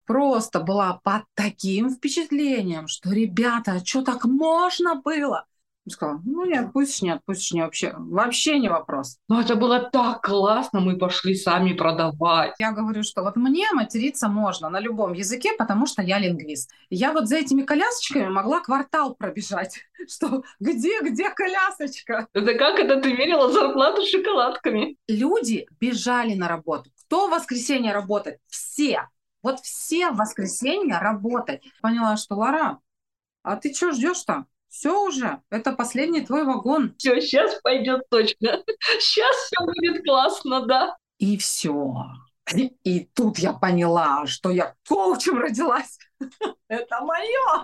просто была под таким впечатлением, что, ребята, а что так можно было? Я сказала, ну не отпустишь, не вообще не вопрос. Ну, это было так классно, мы пошли сами продавать. Я говорю, что вот мне материться можно на любом языке, потому что я лингвист. Я вот за этими колясочками могла квартал пробежать, что где колясочка? Это как это ты мерила зарплату шоколадками? Люди бежали на работу. Кто в воскресенье работает? Все. Вот все в воскресенье работать. Поняла, что Лара, а ты что ждешь-то? Все уже, это последний твой вагон. Все, сейчас пойдет точно. Сейчас все будет классно, да. И все. И тут я поняла, что я коучем родилась. Это мое.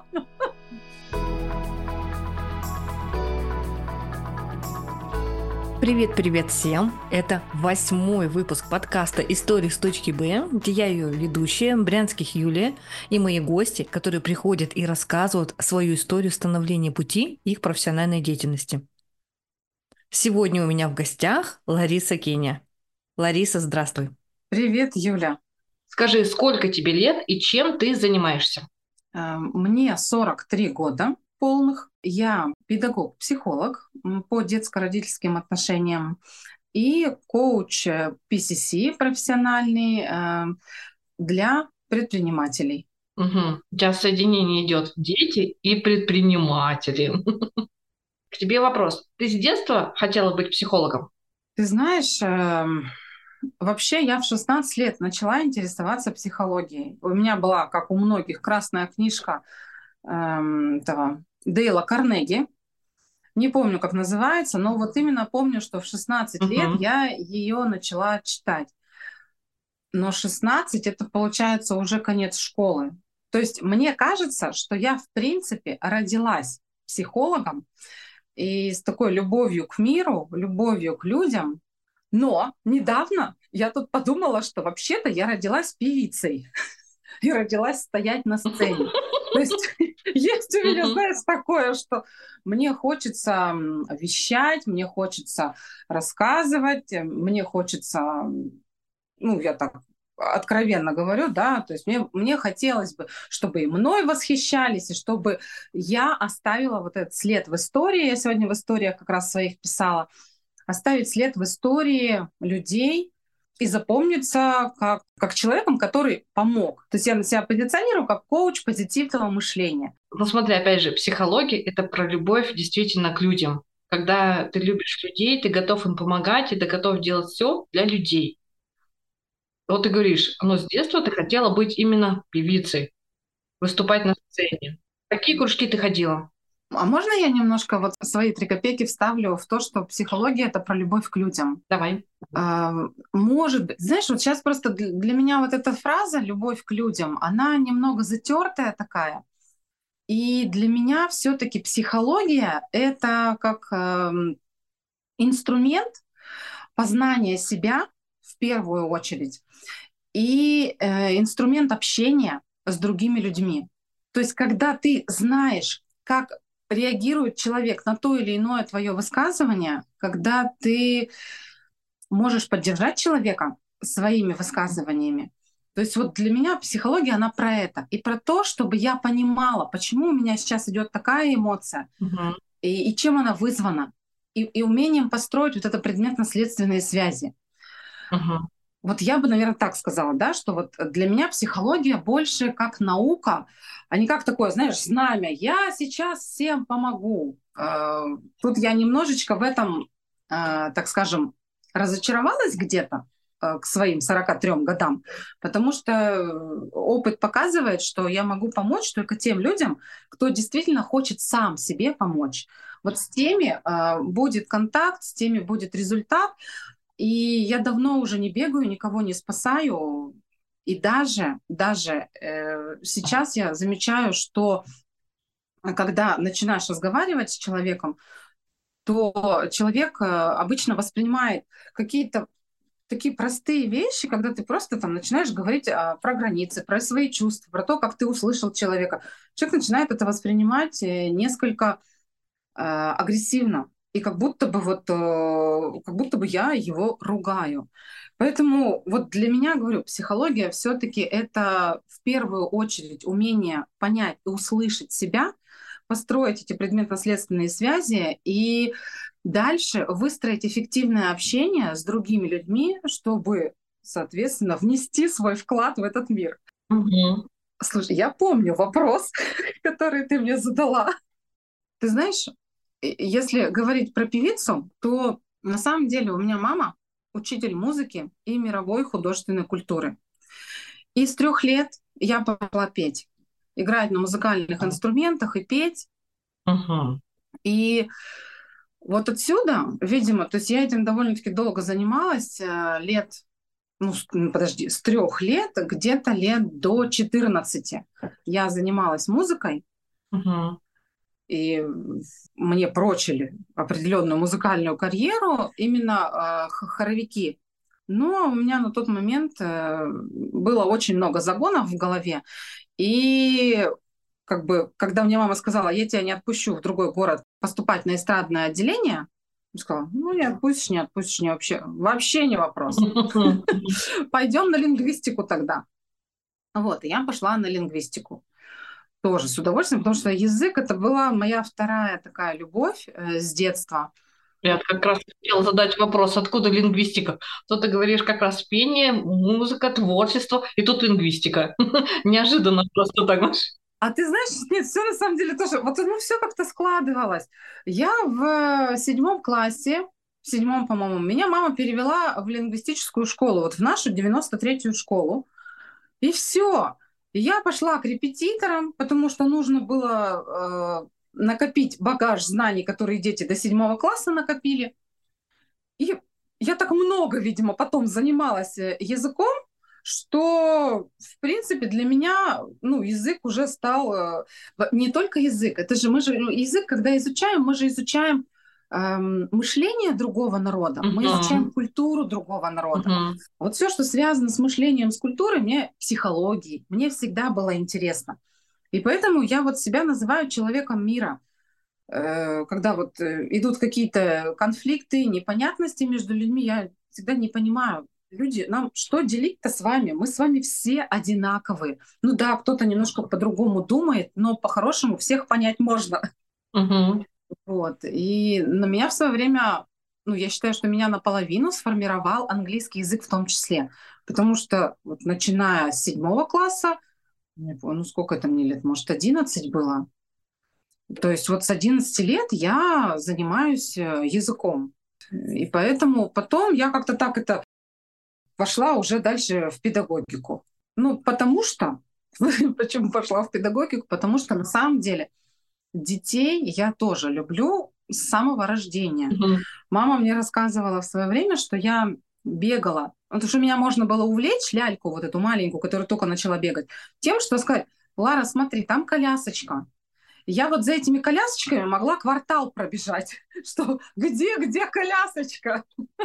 Привет всем! Это 8-й выпуск подкаста «Истории с точки Б», где я ее ведущая, Брянских Юлия, и мои гости, которые приходят и рассказывают свою историю становления пути их профессиональной деятельности. Сегодня у меня в гостях Лариса Кеня. Лариса, здравствуй! Привет, Юля. Скажи, сколько тебе лет и чем ты занимаешься? Мне 43 года полных. Я педагог-психолог по детско-родительским отношениям и коуч PCC профессиональный для предпринимателей. Угу. У тебя соединение идет дети и предприниматели. К тебе вопрос. Ты с детства хотела быть психологом? Ты знаешь, вообще я в 16 лет начала интересоваться психологией. У меня была, как у многих, красная книжка этого Дейла Карнеги. Не помню, как называется, но вот именно помню, что в 16 лет Угу. я ее начала читать. Но 16 это получается уже конец школы. То есть мне кажется, что я в принципе родилась психологом и с такой любовью к миру, любовью к людям. Но недавно я тут подумала, что вообще-то я родилась певицей и родилась стоять на сцене. То есть есть у меня, знаешь, такое, что мне хочется вещать, мне хочется рассказывать, мне хочется, ну, я так откровенно говорю, да, то есть мне хотелось бы, чтобы и мной восхищались, и чтобы я оставила вот этот след в истории. Я сегодня в историях как раз своих писала, оставить след в истории людей и запомниться как человеком, который помог. То есть я на себя позиционирую как коуч позитивного мышления. Ну смотри, опять же, психология — это про любовь действительно к людям. Когда ты любишь людей, ты готов им помогать, и ты готов делать все для людей. Вот ты говоришь, но с детства ты хотела быть именно певицей, выступать на сцене. Какие кружки ты ходила? А можно я немножко вот свои 3 копейки вставлю в то, что психология — это про любовь к людям? Давай. Может быть, знаешь, вот сейчас просто для меня вот эта фраза «любовь к людям», она немного затертая такая. И для меня все-таки психология — это как инструмент познания себя в первую очередь и инструмент общения с другими людьми. То есть когда ты знаешь, как реагирует человек на то или иное твое высказывание, когда ты можешь поддержать человека своими высказываниями. То есть вот для меня психология, она про это. И про то, чтобы я понимала, почему у меня сейчас идет такая эмоция, Мгм. и чем она вызвана. И умением построить вот это предметно-следственные связи. Мгм. Вот я бы, наверное, так сказала, да, что вот для меня психология больше как наука, а не как такое, знаешь, знамя. Я сейчас всем помогу. Тут я немножечко в этом, так скажем, разочаровалась где-то к своим 43 годам, потому что опыт показывает, что я могу помочь только тем людям, кто действительно хочет сам себе помочь. Вот с теми будет контакт, с теми будет результат. И я давно уже не бегаю, никого не спасаю. И даже сейчас я замечаю, что когда начинаешь разговаривать с человеком, то человек обычно воспринимает какие-то такие простые вещи, когда ты просто там начинаешь говорить про границы, про свои чувства, про то, как ты услышал человека. Человек начинает это воспринимать несколько агрессивно. и как будто бы как будто бы я его ругаю. Поэтому вот для меня, говорю, психология все-таки это в первую очередь умение понять и услышать себя, построить эти предметно-следственные связи и дальше выстроить эффективное общение с другими людьми, чтобы, соответственно, внести свой вклад в этот мир. Мгм. Слушай, я помню вопрос, который ты мне задала. Ты знаешь, если говорить про певицу, то на самом деле у меня мама учитель музыки и мировой художественной культуры. И с 3 лет я пошла петь, играть на музыкальных инструментах и петь. Мгм. И вот отсюда, видимо, то есть я этим довольно-таки долго занималась, с 3 лет, где-то лет до 14 я занималась музыкой, Мгм. и мне прочили определенную музыкальную карьеру именно хоровики. Но у меня на тот момент было очень много загонов в голове. И как бы, когда мне мама сказала, я тебя не отпущу в другой город поступать на эстрадное отделение, я сказала, ну не отпустишь, не вообще не вопрос. Пойдем на лингвистику тогда. Вот, и я пошла на лингвистику. Тоже с удовольствием, потому что язык это была моя вторая такая любовь с детства. Я как раз хотела задать вопрос, откуда лингвистика? То ты говоришь как раз пение, музыка, творчество, и тут лингвистика. Неожиданно просто так. А ты знаешь, нет, все на самом деле тоже, вот все как-то складывалось. Я в 7 классе, в 7, по-моему, меня мама перевела в лингвистическую школу, вот в нашу 93-ю школу, и все. И я пошла к репетиторам, потому что нужно было накопить багаж знаний, которые дети до 7 класса накопили. И я так много, видимо, потом занималась языком, что, в принципе, для меня, ну, язык уже стал не только язык. Это же язык, когда изучаем, мы же изучаем мышление другого народа, мы изучаем культуру другого народа. Мгм. Вот все, что связано с мышлением, с культурой, психологией, мне всегда было интересно. И поэтому я вот себя называю человеком мира. Когда вот идут какие-то конфликты, непонятности между людьми, я всегда не понимаю, люди, нам что делить-то с вами? Мы с вами все одинаковые. Ну да, кто-то немножко по-другому думает, но по-хорошему всех понять можно. Мгм. Вот. И на меня в свое время, ну, я считаю, что меня наполовину сформировал английский язык в том числе. Потому что вот, начиная с 7 класса, не помню, ну сколько это мне лет, может, 11 было. То есть вот с 11 лет я занимаюсь языком. И поэтому потом я как-то так это пошла уже дальше в педагогику. Ну, потому что... Почему пошла в педагогику? Потому что на самом деле детей я тоже люблю с самого рождения. Мгм. Мама мне рассказывала в свое время, что я бегала. Потому что меня можно было увлечь, ляльку вот эту маленькую, которая только начала бегать, тем, что сказать, Лара, смотри, там колясочка. Я вот за этими колясочками могла квартал пробежать, что где колясочка?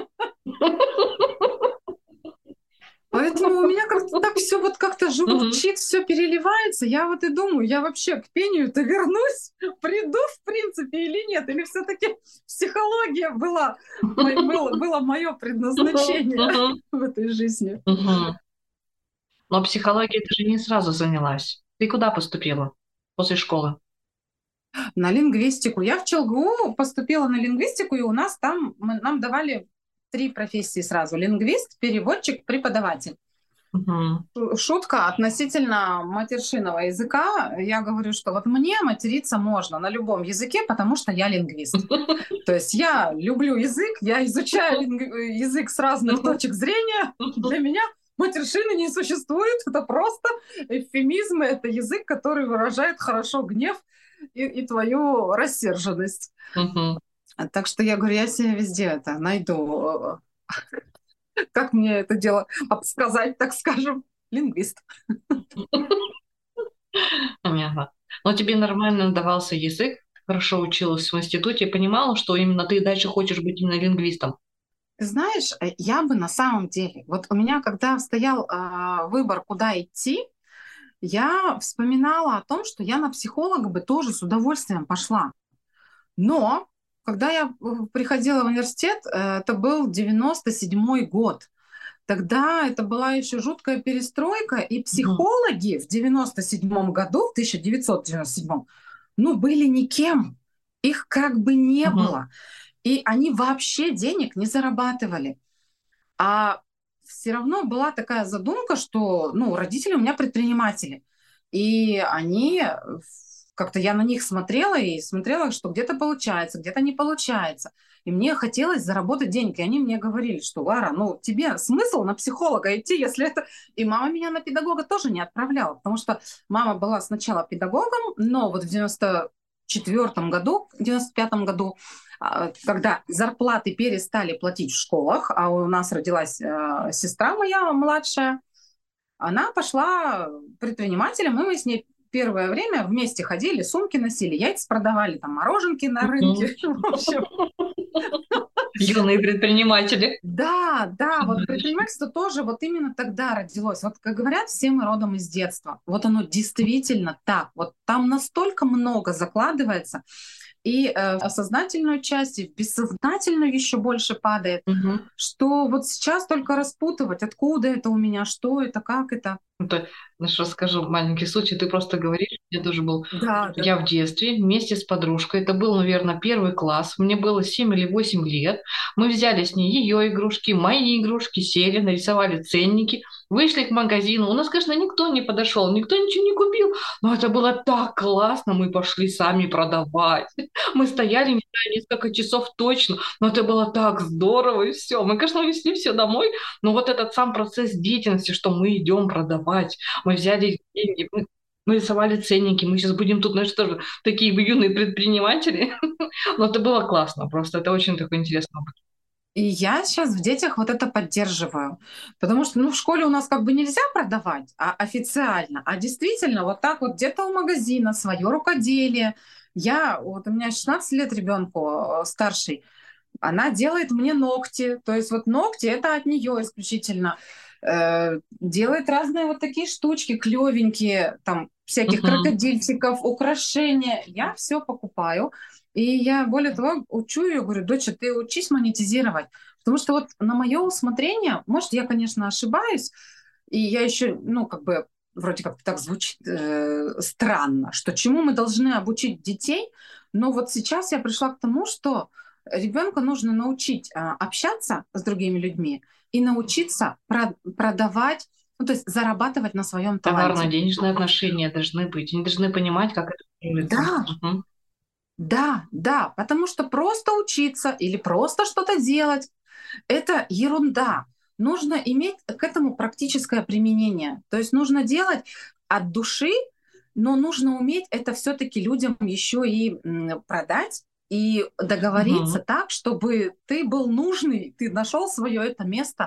Поэтому у меня как-то так все вот как-то Мгм. журчит, все переливается. Я вот и думаю, я вообще к пению-то вернусь, приду в принципе или нет, или все-таки психология было мое предназначение Мгм. в этой жизни. Мгм. Но психологией ты же не сразу занялась. Ты куда поступила после школы? На лингвистику. Я в ЧЛГУ поступила на лингвистику, и у нас там нам давали 3 профессии сразу. Лингвист, переводчик, преподаватель. Мгм. Шутка относительно матершинного языка. Я говорю, что вот мне материться можно на любом языке, потому что я лингвист. То есть я люблю язык, я изучаю язык с разных точек зрения. Для меня матершины не существует, это просто эвфемизмы, это язык, который выражает хорошо гнев и твою рассерженность. Мгм. Так что я говорю, я себе везде это найду. Как мне это дело обсказать, так скажем, лингвист. Понятно. Но тебе нормально давался язык, хорошо училась в институте, понимала, что именно ты дальше хочешь быть именно лингвистом. Ты знаешь, я бы на самом деле, вот у меня, когда стоял выбор, куда идти, я вспоминала о том, что я на психолога бы тоже с удовольствием пошла. Но Когда я приходила в университет, это был 97-й год. Тогда это была еще жуткая перестройка, и Мгм. психологи в 97 году, в 1997, ну, были никем. Их как бы не Мгм. было. И они вообще денег не зарабатывали. А все равно была такая задумка, что, ну, родители у меня предприниматели. И они, как-то я на них смотрела и смотрела, что где-то получается, где-то не получается. И мне хотелось заработать деньги. И они мне говорили, что, Лара, ну, тебе смысл на психолога идти, если это... И мама меня на педагога тоже не отправляла, потому что мама была сначала педагогом, но вот в 94-м году, в 95-м году когда зарплаты перестали платить в школах, а у нас родилась сестра моя младшая, она пошла предпринимателем, и мы с ней первое время вместе ходили, сумки носили, яйца продавали, там мороженки на Мгм. рынке. В общем, Юные предприниматели. да, да, вот Отлично. предпринимательство тоже вот именно тогда родилось. Вот как говорят, все мы родом из детства. Вот оно действительно так. Вот там настолько много закладывается, и в сознательную часть, и в бессознательную еще больше падает, Мгм. что вот сейчас только распутывать, откуда это у меня, что это, как это. Это, знаешь, расскажу маленький случай. Ты просто говоришь, я тоже был. Да, да, Я в детстве вместе с подружкой, это был, наверное, первый класс, мне было 7 или 8 лет, мы взяли с ней ее игрушки, мои игрушки, сели, нарисовали ценники, вышли к магазину. У нас, конечно, никто не подошел, никто ничего не купил, но это было так классно, мы пошли сами продавать. Мы стояли, не знаю, несколько часов точно, но это было так здорово, и все. Мы, конечно, унесли все домой, но вот этот сам процесс деятельности, что мы идем продавать, мы взяли деньги, мы рисовали ценники, мы сейчас будем тут, знаешь, тоже такие вы юные предприниматели. Но это было классно, просто это очень такой интересный опыт. и я сейчас в детях вот это поддерживаю, потому что, ну, в школе у нас как бы нельзя продавать официально, а действительно вот так вот где-то у магазина свое рукоделие. Вот у меня 16 лет ребенку старший, она делает мне ногти, то есть вот ногти это от нее исключительно. Делает разные вот такие штучки клевенькие, там всяких Мгм. крокодильчиков, украшения. Я все покупаю. И я, более того, учу ее, говорю, доча, ты учись монетизировать. Потому что вот на мое усмотрение, может, я, конечно, ошибаюсь, и я еще, ну, как бы, вроде как так звучит странно, что чему мы должны обучить детей, но вот сейчас я пришла к тому, что ребенка нужно научить общаться с другими людьми и научиться продавать, ну, то есть зарабатывать на своем таланте. Товарно-денежные отношения должны быть. Они должны понимать, как это делается. Да, Мгм. да, да, потому что просто учиться или просто что-то делать — это ерунда. Нужно иметь к этому практическое применение. То есть нужно делать от души, но нужно уметь это все-таки людям еще и продать и договориться Мгм. так, чтобы ты был нужный, ты нашел свое это место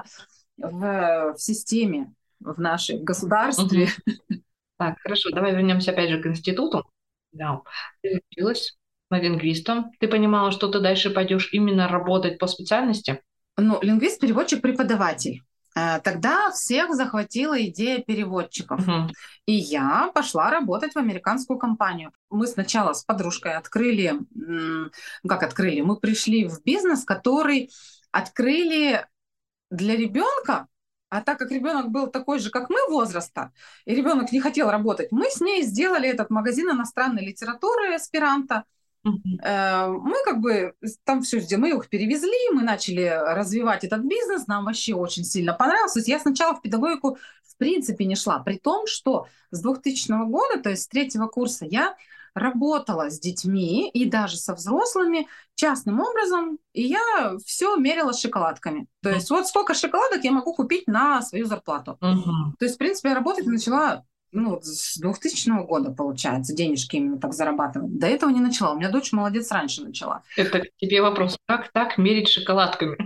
в системе, в нашей, в государстве. Мгм. Так, хорошо, давай вернемся опять же к институту. Да. Ты училась на лингвистом. Ты понимала, что ты дальше пойдешь именно работать по специальности? Ну, лингвист, переводчик, преподаватель. Тогда всех захватила идея переводчиков. Мгм. И я пошла работать в американскую компанию. Мы сначала с подружкой открыли, как открыли, мы пришли в бизнес, который открыли для ребенка, а так как ребенок был такой же, как мы возраста, и ребенок не хотел работать, мы с ней сделали этот магазин иностранной литературы аспиранта. Мгм. Мы как бы там все сделали, мы их перевезли, мы начали развивать этот бизнес, нам вообще очень сильно понравилось. То есть я сначала в педагогику в принципе не шла, при том, что с 2000 года, то есть с третьего курса, я работала с детьми и даже со взрослыми частным образом, и я все мерила шоколадками. То есть вот сколько шоколадок я могу купить на свою зарплату. Мгм. То есть, в принципе, я работать начала вот с 2000 года, получается, денежки именно так зарабатывать. До этого не начала. У меня дочь молодец, раньше начала. Это к тебе вопрос. Как так мерить шоколадками?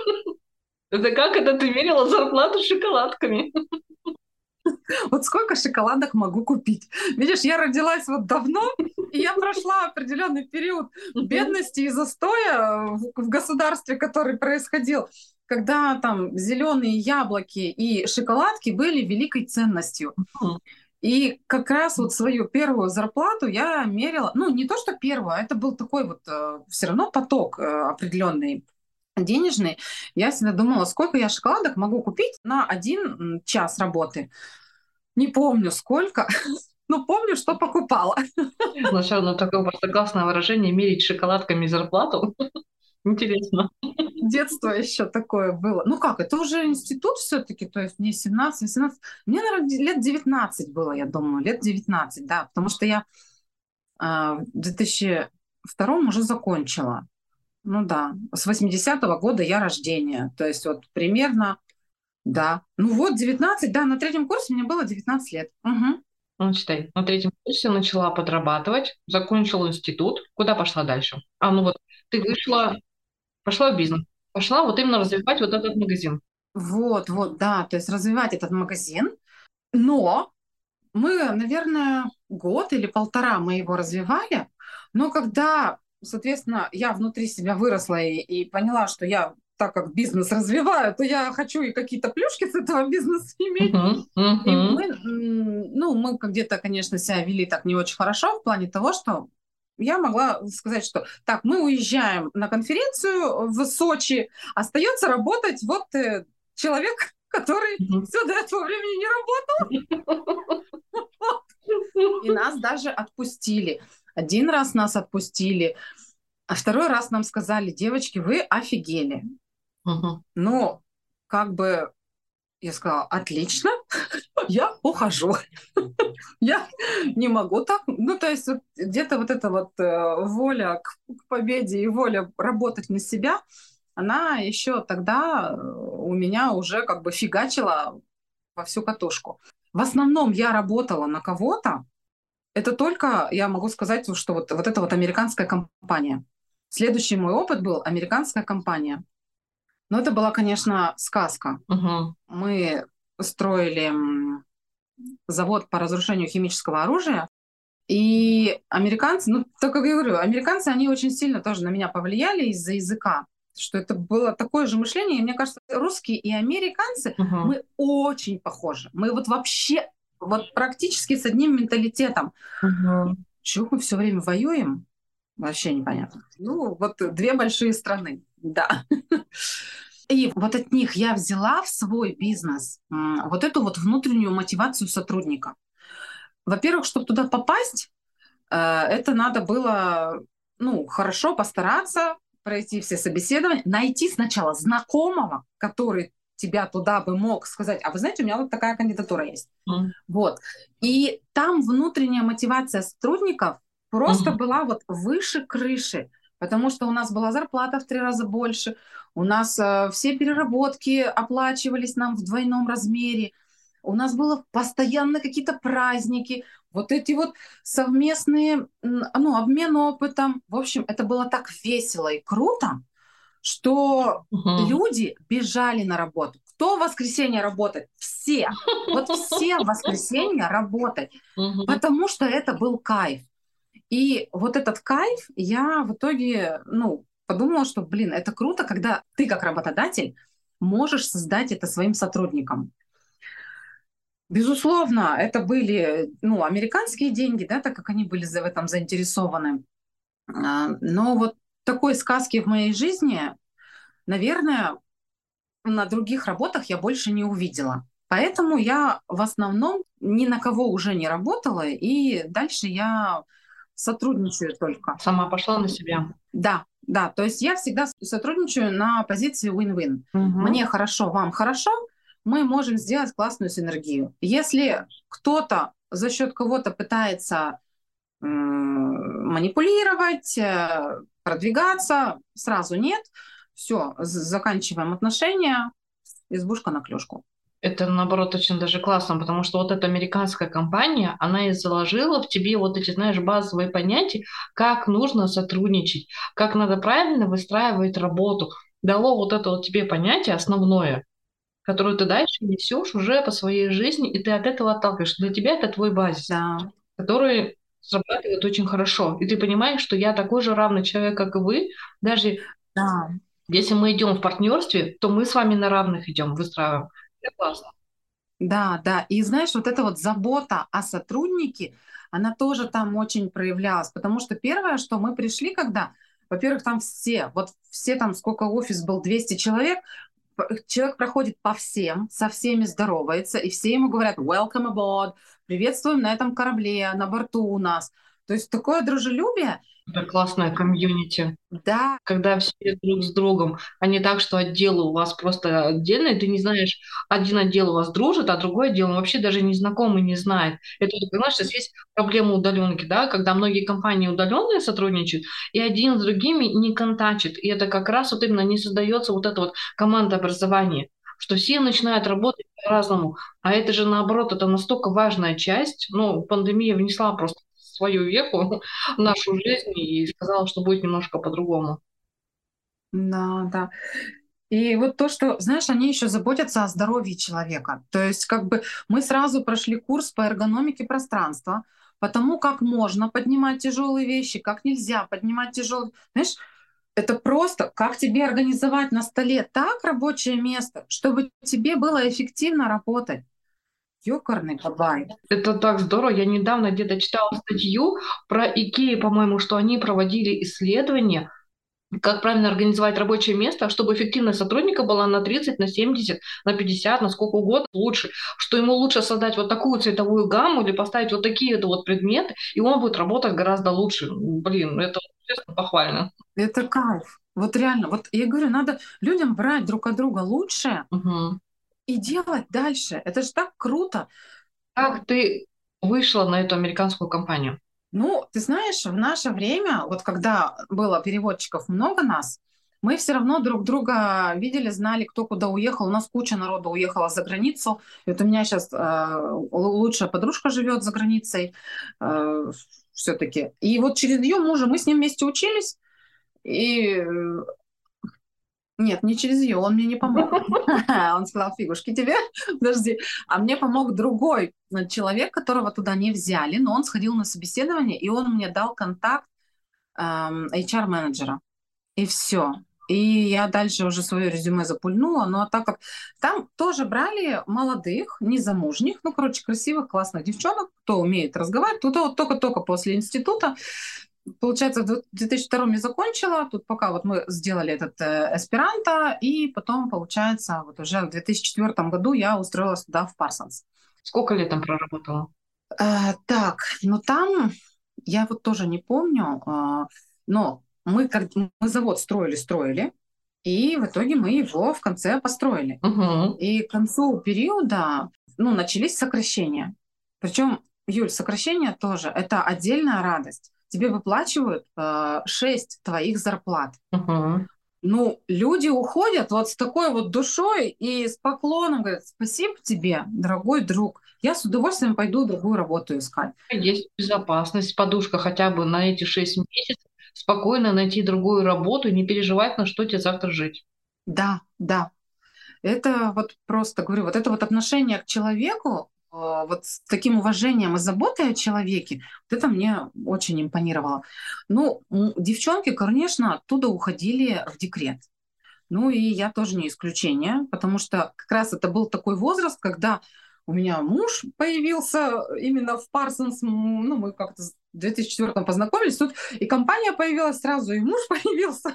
Это как это ты мерила зарплату шоколадками? Вот сколько шоколадок могу купить? Видишь, я родилась вот давно, и я прошла определенный период Мгм. бедности и застоя в государстве, который происходил, когда там зеленые яблоки и шоколадки были великой ценностью. Мгм. И как раз вот свою первую зарплату я мерила, ну, не то что первую, а это был такой вот все равно поток определенный денежный. Я всегда думала, сколько я шоколадок могу купить на 1 час работы. Не помню сколько, но помню, что покупала. Но все равно такое просто классное выражение мерить шоколадками зарплату. Интересно. Детство еще такое было. Ну как, это уже институт все-таки, то есть мне 17-18. Мне, наверное, лет 19 было, я думаю, лет 19, да, потому что я в 2002 уже закончила. Ну да, с 80-го года я рождения, то есть вот примерно, да. Ну вот 19, да, на 3-м курсе мне было 19 лет. Угу. Ну, читай. На 3-м курсе начала подрабатывать, закончила институт. Куда пошла дальше? А, ну вот, ты пошла в бизнес. Пошла вот именно развивать вот этот магазин. Вот, вот, да, то есть развивать этот магазин. Но мы, наверное, год или полтора мы его развивали. Но когда, соответственно, я внутри себя выросла и поняла, что я, так как бизнес развиваю, то я хочу и какие-то плюшки с этого бизнеса иметь. Мгм, И мгм. мы, ну, мы где-то, конечно, себя вели так не очень хорошо в плане того, что я могла сказать, что так, мы уезжаем на конференцию в Сочи, остается работать вот человек, который Мгм. все до этого времени не работал. И нас даже отпустили. 1 раз нас отпустили, а 2-й раз нам сказали, девочки, вы офигели. Мгм. Ну, как бы я сказала, отлично, я ухожу. Я не могу так. Ну, то есть вот где-то вот эта вот воля к победе и воля работать на себя, она еще тогда у меня уже как бы фигачила во всю катушку. В основном я работала на кого-то. Это только, я могу сказать, что вот это вот американская компания. Следующий мой опыт был американская компания. Но это была, конечно, сказка. Мгм. Мы строили завод по разрушению химического оружия. И американцы, ну, так как я говорю, американцы, они очень сильно тоже на меня повлияли из-за языка, что это было такое же мышление. И мне кажется, русские и американцы, Мгм. мы очень похожи. Мы вот вообще вот практически с одним менталитетом. Мгм. Чего мы все время воюем? Вообще непонятно. Ну, вот 2 большие страны, да. И вот от них я взяла в свой бизнес вот эту вот внутреннюю мотивацию сотрудника. Во-первых, чтобы туда попасть, это надо было, ну, хорошо постараться, пройти все собеседования, найти сначала знакомого, который тебя туда бы мог сказать, а вы знаете, у меня вот такая кандидатура есть. Мгм. Вот. И там внутренняя мотивация сотрудников просто Мгм. была вот выше крыши, потому что у нас была зарплата в 3 раза больше, у нас все переработки оплачивались нам в двойном размере, у нас было постоянно какие-то праздники, вот эти вот совместные, ну, обмен опытом. В общем, это было так весело и круто, что Мгм. люди бежали на работу. Кто в воскресенье работает? Все. Вот все в воскресенье работать, Мгм. потому что это был кайф. И вот этот кайф я в итоге, ну, подумала, что, блин, это круто, когда ты как работодатель можешь создать это своим сотрудникам. Безусловно, это были, ну, американские деньги, да, так как они были в этом заинтересованы. Но вот такой сказки в моей жизни, наверное, на других работах я больше не увидела. Поэтому я в основном ни на кого уже не работала, и дальше я сотрудничаю только. Сама пошла на себя. Да, да, то есть я всегда сотрудничаю на позиции win-win. Мгм. Мне хорошо, вам хорошо, мы можем сделать классную синергию. Если кто-то за счет кого-то пытается манипулировать, продвигаться, сразу нет, все, заканчиваем отношения, избушка на клюшку. Это, наоборот, очень даже классно, потому что вот эта американская компания, она и заложила в тебе вот эти, знаешь, базовые понятия, как нужно сотрудничать, как надо правильно выстраивать работу. Дало вот это вот тебе понятие основное, которое ты дальше несешь уже по своей жизни, и ты от этого отталкиваешься. Для тебя это твой базис, Да, который срабатывает очень хорошо. И ты понимаешь, что я такой же равный человек, как и вы. Даже да. если мы идем в партнерстве, то мы с вами на равных идем, выстраиваем. Это классно. Да, да. И знаешь, вот эта вот забота о сотруднике, она тоже там очень проявлялась. Потому что первое, что мы пришли, когда, во-первых, там все, вот все там, сколько офис был, 200 человек, человек проходит по всем, со всеми здоровается, и все ему говорят «welcome aboard», «приветствуем на этом корабле, на борту у нас». То есть такое дружелюбие. Это классная комьюнити. Да, Когда все друг с другом, а не так, что отделы у вас просто отдельные, ты не знаешь, один отдел у вас дружит, а другой отдел он вообще даже не знакомый, не знает. Это, вот, понимаешь, сейчас есть проблема удаленки, да, когда многие компании удаленные сотрудничают, и один с другими не контачит. И это как раз вот именно не создается вот это вот командообразование, что все начинают работать по-разному. А это же наоборот, это настолько важная часть. Ну, пандемия внесла просто свою веху в нашу жизнь и сказала, что будет немножко по-другому. да, да. И вот то, что, знаешь, они еще заботятся о здоровье человека. То есть как бы мы сразу прошли курс по эргономике пространства, по тому, как можно поднимать тяжелые вещи, как нельзя поднимать тяжелые. Знаешь, это просто, как тебе организовать на столе так рабочее место, чтобы тебе было эффективно работать. Ёкарный бабай. Это так здорово. Я недавно где-то читала статью про Икею, по-моему, что они проводили исследования, как правильно организовать рабочее место, чтобы эффективность сотрудника была на 30, на 70, на 50, на сколько угодно лучше. Что ему лучше создать вот такую цветовую гамму или поставить вот такие вот предметы, и он будет работать гораздо лучше. Блин, это честно похвально. Это кайф. Вот реально, вот я говорю, надо людям брать друг от друга лучшее Мгм. и делать дальше. Это же так круто. Как ты вышла на эту американскую компанию? Ну, ты знаешь, в наше время, вот когда было переводчиков много нас, мы все равно друг друга видели, знали, кто куда уехал. У нас куча народа уехала за границу. И вот у меня сейчас лучшая подружка живет за границей все-таки. И вот через ее мужа мы с ним вместе учились. И нет, не через ее, он мне не помог. Он сказал, фигушки тебе, подожди. А мне помог другой человек, которого туда не взяли, но он сходил на собеседование, и он мне дал контакт HR-менеджера. И все. И я дальше уже свое резюме запульнула. Ну, а так как там тоже брали молодых, незамужних, ну, короче, красивых, классных девчонок, кто умеет разговаривать, кто вот только-только после института. Получается, в 2002 я закончила, тут пока вот мы сделали этот эсперанто, и потом, получается, вот уже в 2004 году я устроилась туда, в Парсонс. Сколько лет там проработала? Так, ну там я вот тоже не помню, но мы завод строили, и в итоге мы его в конце построили. Угу. И к концу периода, ну, начались сокращения. Причем, Юль, сокращения тоже, это отдельная радость. Тебе выплачивают 6 твоих зарплат. Угу. Ну, люди уходят вот с такой вот душой и с поклоном говорят: спасибо тебе, дорогой друг. Я с удовольствием пойду другую работу искать. Есть безопасность, подушка хотя бы на эти 6 месяцев, спокойно найти другую работу и не переживать, на что тебе завтра жить. Да, да. Это вот просто, говорю, вот это вот отношение к человеку, вот с таким уважением и заботой о человеке, вот это мне очень импонировало. Ну, девчонки, конечно, оттуда уходили в декрет. Ну и я тоже не исключение, потому что как раз это был такой возраст, когда у меня муж появился именно в Парсонс. Ну, мы как-то в 2004 познакомились, тут и компания появилась сразу, и муж появился.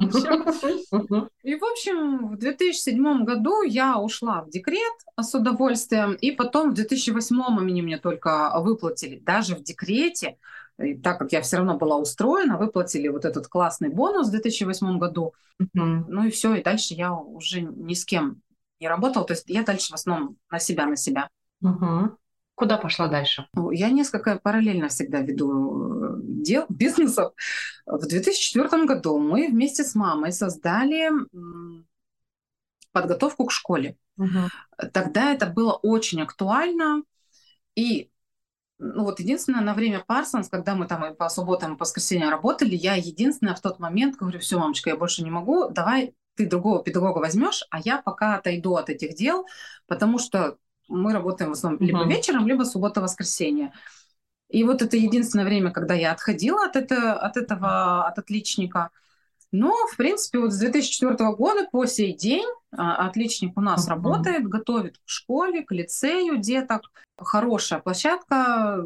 И, в общем, в 2007 году я ушла в декрет с удовольствием, и потом в 2008 они мне только выплатили, даже в декрете, и так как я все равно была устроена, выплатили вот этот классный бонус в 2008 году. Ну и все, и дальше я уже ни с кем не работала. То есть я дальше в основном на себя. Угу. Куда пошла дальше? Я несколько параллельно всегда веду дел, бизнесов. В 2004 году мы вместе с мамой создали подготовку к школе. Угу. Тогда это было очень актуально. И ну, вот единственное, на время Парсонс, когда мы там и по субботам, и по воскресеньям работали, я единственное в тот момент говорю: все, мамочка, я больше не могу, давай ты другого педагога возьмешь, а я пока отойду от этих дел, потому что мы работаем в основном либо вечером, либо суббота-воскресенье. И вот это единственное время, когда я отходила от отличника. Но, в принципе, вот с 2004 года по сей день отличник у нас работает, готовит к школе, к лицею деток. Хорошая площадка.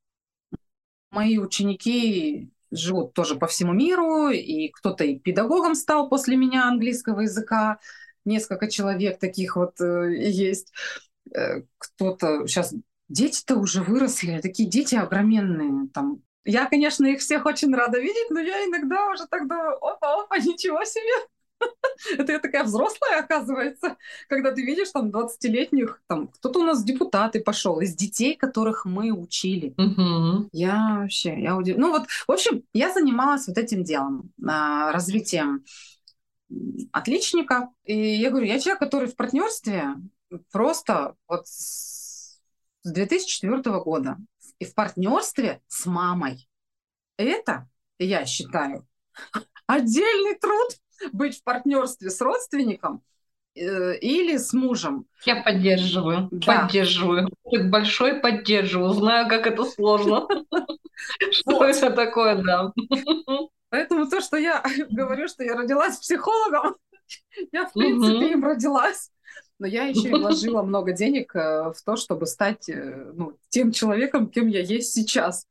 Мои ученики живут тоже по всему миру, и кто-то и педагогом стал после меня английского языка. Несколько человек таких вот есть. Кто-то сейчас... Дети-то уже выросли, такие дети огроменные. Там. Я, конечно, их всех очень рада видеть, но я иногда уже так думаю, опа, ничего себе. Это я такая взрослая, оказывается, когда ты видишь там 20-летних, там кто-то у нас в депутаты пошел, из детей, которых мы учили. Я вообще, я удивлена. Ну вот, в общем, я занималась вот этим делом, развитием отличника. И я говорю, я человек, который в партнерстве просто вот с 2004 года. И в партнерстве с мамой. Это, я считаю, отдельный труд быть в партнерстве с родственником или с мужем. Я поддерживаю, Да. поддерживаю. Большой поддерживаю. Знаю, как это сложно. Что это такое, да. Поэтому то, что я говорю, что я родилась психологом, я, в принципе, им родилась. Но я еще и вложила много денег в то, чтобы стать тем человеком, кем я есть сейчас.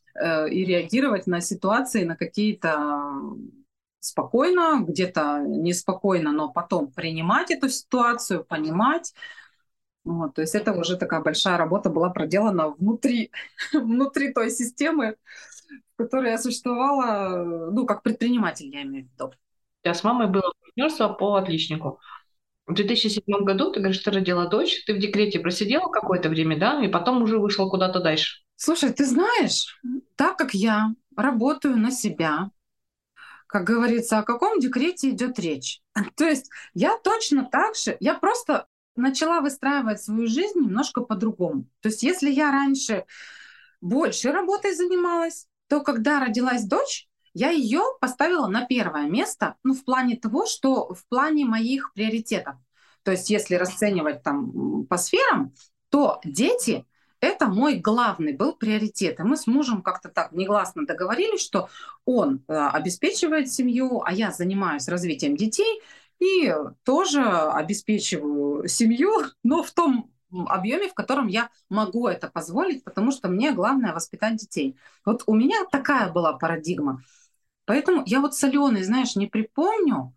И реагировать на ситуации, на какие-то спокойно, где-то неспокойно, но потом принимать эту ситуацию, понимать. Вот, то есть это уже такая большая работа была проделана внутри той системы, в которой я существовала, как предприниматель, я имею в виду. У тебя с мамой было партнерство по отличнику. В 2007 году, ты говоришь, ты родила дочь, ты в декрете просидела какое-то время, да, и потом уже вышла куда-то дальше. Слушай, ты знаешь, так как я работаю на себя, как говорится, о каком декрете идет речь? То есть я точно так же, я просто начала выстраивать свою жизнь немножко по-другому. То есть если я раньше больше работой занималась, то когда родилась дочь, я ее поставила на первое место, в плане того, что в плане моих приоритетов. То есть если расценивать там по сферам, то дети — это мой главный был приоритет. И мы с мужем как-то так негласно договорились, что он обеспечивает семью, а я занимаюсь развитием детей и тоже обеспечиваю семью, но в том объеме, в котором я могу это позволить, потому что мне главное воспитать детей. Вот у меня такая была парадигма. Поэтому я вот с Аленой, знаешь, не припомню.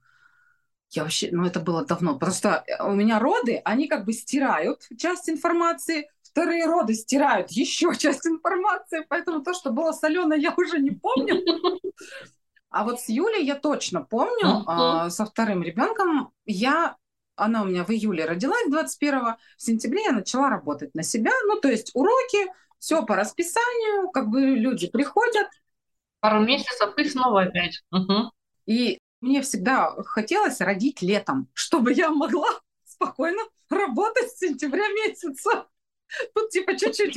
Я вообще, это было давно. Просто у меня роды, они как бы стирают часть информации, вторые роды стирают еще часть информации, поэтому то, что было с Аленой, я уже не помню. А вот с Юлей я точно помню, со вторым ребенком она у меня в июле родилась 21-го, в сентябре я начала работать на себя, то есть уроки, все по расписанию, как бы люди приходят. Пару месяцев и снова опять. И мне всегда хотелось родить летом, чтобы я могла спокойно работать с сентября месяца. Тут типа чуть-чуть.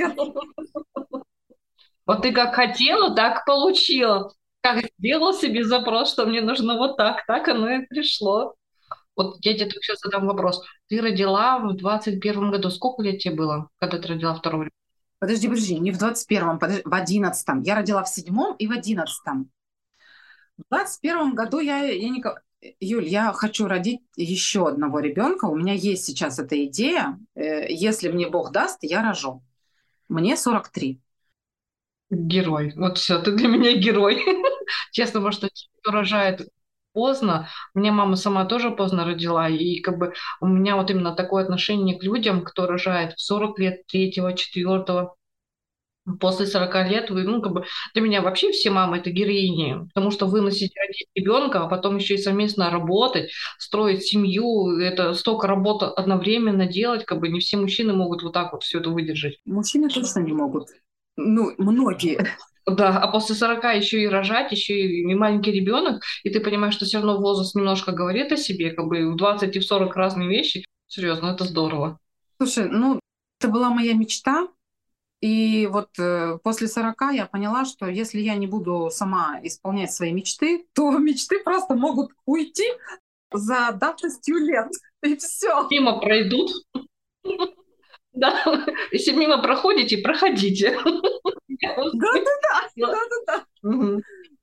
Вот ты как хотела, так получила. Как сделала себе запрос, что мне нужно вот так оно и пришло. Вот я тебе только сейчас задам вопрос. Ты родила в 21 году. Сколько лет тебе было, когда ты родила второго ребенка? Подожди, не в 21-м, в 11-м. Я родила в 7-м и в 11-м. В 21-м году Юль, я хочу родить еще одного ребенка. У меня есть сейчас эта идея. Если мне Бог даст, я рожу. Мне 43. Герой. Вот все, ты для меня герой. Честно, может, те, кто рожает поздно. У меня мама сама тоже поздно родила, и как бы у меня вот именно такое отношение к людям, кто рожает в 40 лет, 3-го, 4-го. После 40 лет как бы для меня вообще все мамы это героини, потому что выносить, родить ребенка, а потом еще и совместно работать, строить семью, это столько работы одновременно делать, как бы не все мужчины могут вот так вот все это выдержать. Мужчины точно не могут. Многие. Да, а после 40 еще и рожать, еще и маленький ребенок, и ты понимаешь, что все равно возраст немножко говорит о себе, как бы в 20 и в 40 разные вещи. Серьезно, это здорово. Слушай, это была моя мечта. И вот после 40 я поняла, что если я не буду сама исполнять свои мечты, то мечты просто могут уйти за давностью лет. И все. Мимо пройдут. Да, если мимо проходите, проходите. Да. Вот это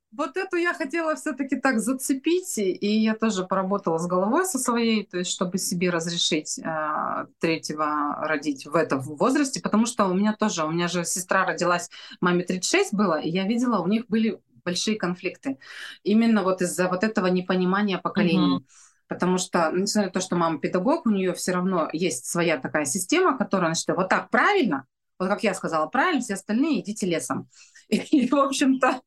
эту я хотела все-таки так зацепить, и я тоже поработала с головой со своей, то есть чтобы себе разрешить третьего родить в этом возрасте, потому что у меня же сестра родилась, маме 36 было, и я видела, у них были большие конфликты. Именно вот из-за вот этого непонимания поколений. Потому что, несмотря на то, что мама педагог, у нее все равно есть своя такая система, которая, значит, вот так правильно, вот как я сказала, правильно, все остальные идите лесом. И в общем-то,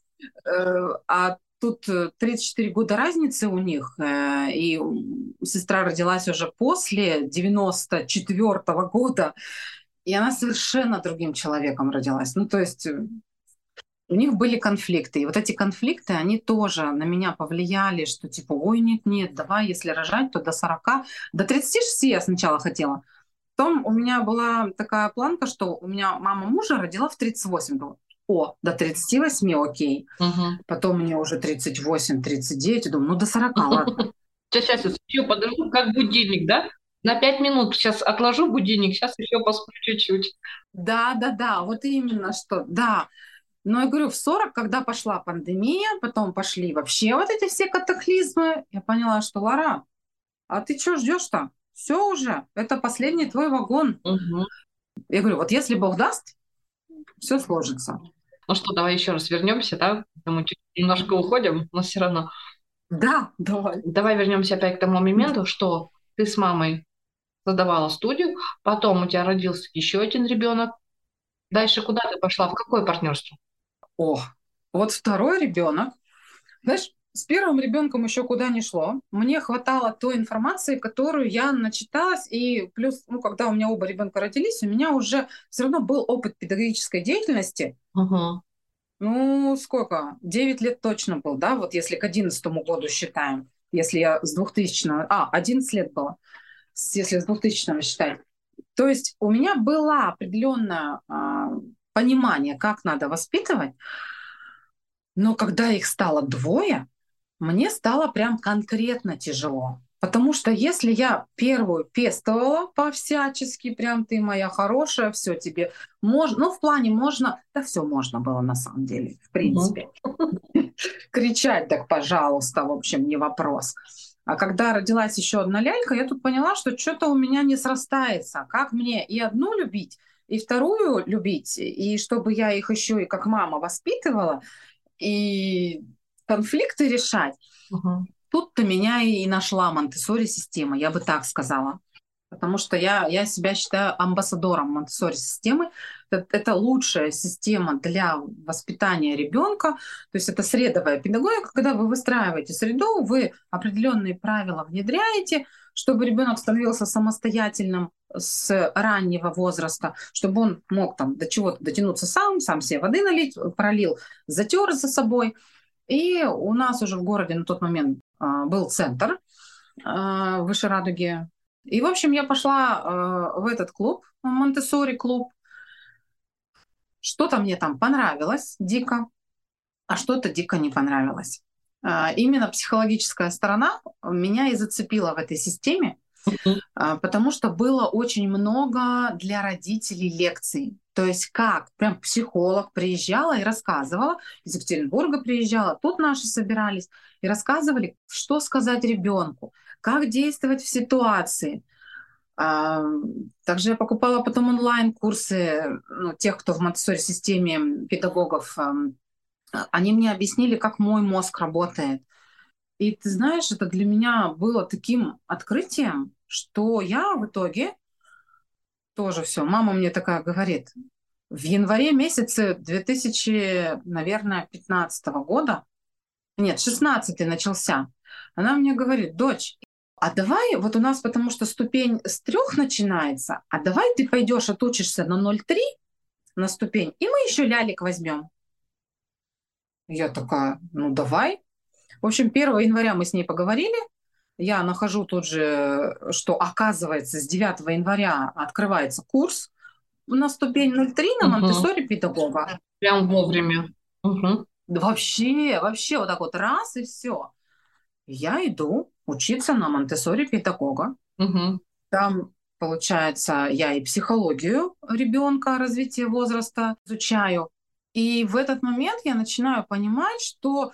а тут 34 года разницы у них, и сестра родилась уже после 94-го года, и она совершенно другим человеком родилась. Ну, то есть у них были конфликты. И вот эти конфликты, они тоже на меня повлияли, что типа, ой, нет, давай, если рожать, то до 40, до 36 я сначала хотела. Потом у меня была такая планка, что у меня мама мужа родила в 38. Думаю, до 38 окей. Потом мне уже 38, 39. Думаю, ну до 40, ладно. Сейчас еще подожду, как будильник, да? На 5 минут сейчас отложу будильник, сейчас еще посплю чуть-чуть. Да, вот именно что, да. Но я говорю, в 40, когда пошла пандемия, потом пошли вообще вот эти все катаклизмы, я поняла, что, Лара, а ты что ждешь-то? Все уже, это последний твой вагон. Я говорю, вот если Бог даст, все сложится. Ну что, давай еще раз вернемся, да? Мы чуть немножко уходим, но все равно. Да, давай. Давай вернемся опять к тому моменту, что ты с мамой создавала студию, потом у тебя родился еще один ребенок. Дальше куда ты пошла? В какое партнерство? Вот второй ребенок. Знаешь, с первым ребенком еще куда не шло. Мне хватало той информации, которую я начиталась. И плюс, когда у меня оба ребенка родились, у меня уже все равно был опыт педагогической деятельности. Ну, сколько? 9 лет точно был, да? Вот если к 2011 году считаем. Если я с 2000-го... 11 лет было. Если с 2000-го считать. То есть у меня было определенное понимание, как надо воспитывать. Но когда их стало двое, мне стало прям конкретно тяжело. Потому что если я первую пестовала по-всячески, прям ты моя хорошая, все тебе можно, ну в плане можно, да все можно было на самом деле, в принципе. Кричать, так пожалуйста, в общем, не вопрос. А когда родилась еще одна лялька, я тут поняла, что что-то у меня не срастается. Как мне и одну любить, и вторую любить, и чтобы я их еще и как мама воспитывала, и конфликты решать. Тут-то меня и нашла Монтессори-система, я бы так сказала. Потому что я себя считаю амбассадором Монтессори-системы. Это лучшая система для воспитания ребенка. То есть это средовая педагогика, когда вы выстраиваете среду, вы определенные правила внедряете, чтобы ребенок становился самостоятельным с раннего возраста, чтобы он мог там до чего-то дотянуться сам себе воды налить, пролил, затер за собой. И у нас уже в городе на тот момент был центр выше Радуги. И, в общем, я пошла в этот клуб, Монтессори клуб. Что-то мне там понравилось дико, а что-то дико не понравилось. Именно психологическая сторона меня и зацепила в этой системе, потому что было очень много для родителей лекций. То есть как прям психолог приезжала и рассказывала, из Екатеринбурга приезжала, тут наши собирались и рассказывали, что сказать ребенку, как действовать в ситуации. Также я покупала потом онлайн-курсы тех, кто в Монтессори-системе педагогов. Они мне объяснили, как мой мозг работает. И ты знаешь, это для меня было таким открытием, что я в итоге тоже все. Мама мне такая говорит, в январе месяце 2015 года, нет, 16-й начался, она мне говорит, дочь, а давай, вот у нас потому что ступень с 3 начинается, а давай ты пойдешь отучишься на 0,3 на ступень, и мы еще лялик возьмем. Я такая, ну давай. В общем, 1 января мы с ней поговорили. Я нахожу тут же, что оказывается с 9 января открывается курс на ступень 0,3 на Монтессори педагога. Прям вовремя. Вообще вот так вот раз и все. Я иду учиться на Монтессори педагога. Там, получается, я и психологию ребенка, развитие возраста изучаю. И в этот момент я начинаю понимать, что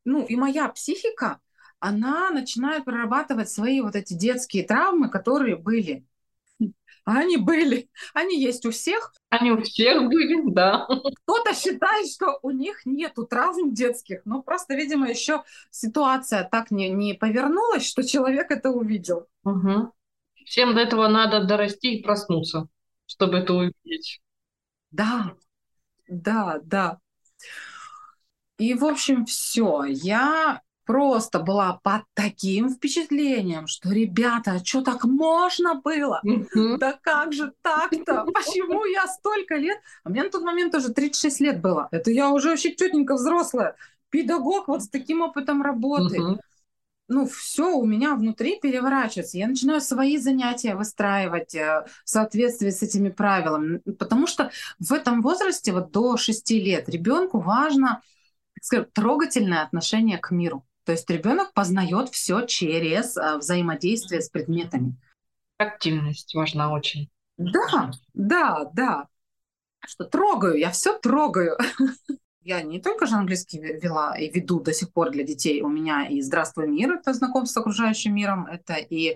ну, и моя психика, она начинает прорабатывать свои вот эти детские травмы, которые были. А они были, они есть у всех. Они у всех были, да. Кто-то считает, что у них нету травм детских, но просто, видимо, еще ситуация так не повернулась, что человек это увидел. Угу. Всем до этого надо дорасти и проснуться, чтобы это увидеть. Да, да, да. И, в общем, все. Я просто была под таким впечатлением, что, ребята, а что так можно было? Угу. Да как же так-то? Почему я столько лет? А мне на тот момент уже 36 лет было. Это я уже вообще тетенька взрослая. Педагог вот с таким опытом работы. Угу. Ну, все у меня внутри переворачивается. Я начинаю свои занятия выстраивать в соответствии с этими правилами. Потому что в этом возрасте, вот до 6 лет, ребенку важно, так скажем, трогательное отношение к миру. То есть ребенок познает все через взаимодействие с предметами. Активность важна очень. Да, да, да. Что трогаю, я все трогаю. Я не только же английский вела и веду до сих пор для детей. У меня и «Здравствуй, мир» — это знакомство с окружающим миром, это и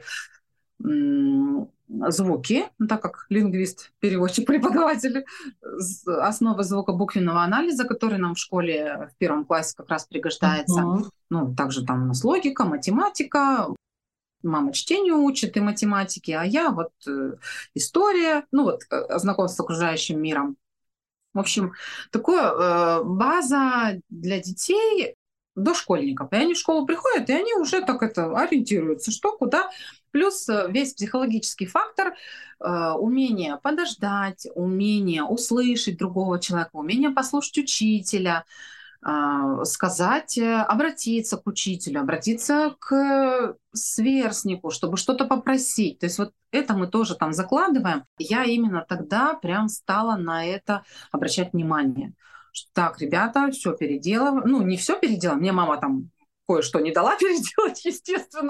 звуки, ну, так как лингвист, переводчик, преподаватель, основы звукобуквенного анализа, который нам в школе в 1 классе как раз пригождается. Угу. Ну, также там у нас логика, математика. Мама чтению учит и математики, а я вот история, ну вот знакомство с окружающим миром. В общем, такое база для детей, дошкольников. И они в школу приходят, и они уже так это ориентируются, что, куда. Плюс весь психологический фактор, умение подождать, умение услышать другого человека, умение послушать учителя, сказать, обратиться к учителю, обратиться к сверстнику, чтобы что-то попросить. То есть вот это мы тоже там закладываем. Я именно тогда прям стала на это обращать внимание. Что, так, ребята, все переделываем. Ну, не все переделаем. Мне мама там кое-что не дала переделать, естественно.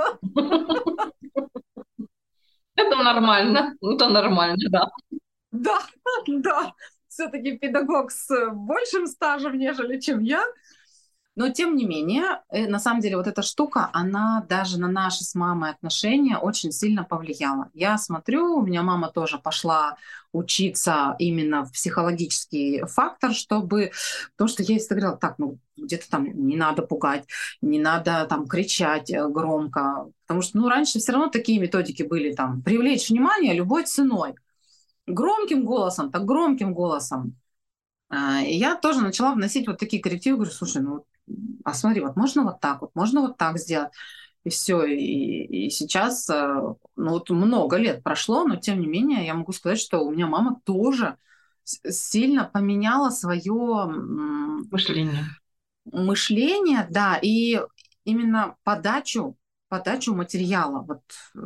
Это нормально. Это нормально, да. Да, да. Все-таки педагог с большим стажем, нежели чем я. Но тем не менее, на самом деле вот эта штука, она даже на наши с мамой отношения очень сильно повлияла. Я смотрю, у меня мама тоже пошла учиться именно в психологический фактор, чтобы... Потому что я ей всегда говорила, так, ну где-то там не надо пугать, не надо там кричать громко. Потому что, ну, раньше все равно такие методики были там, привлечь внимание любой ценой. Громким голосом, так громким голосом. И я тоже начала вносить вот такие коррективы. Говорю, слушай, ну, а смотри, вот можно вот так сделать. И все. И сейчас, ну, вот много лет прошло, но тем не менее я могу сказать, что у меня мама тоже сильно поменяла свое мышление, да, и именно подачу материала. Вот.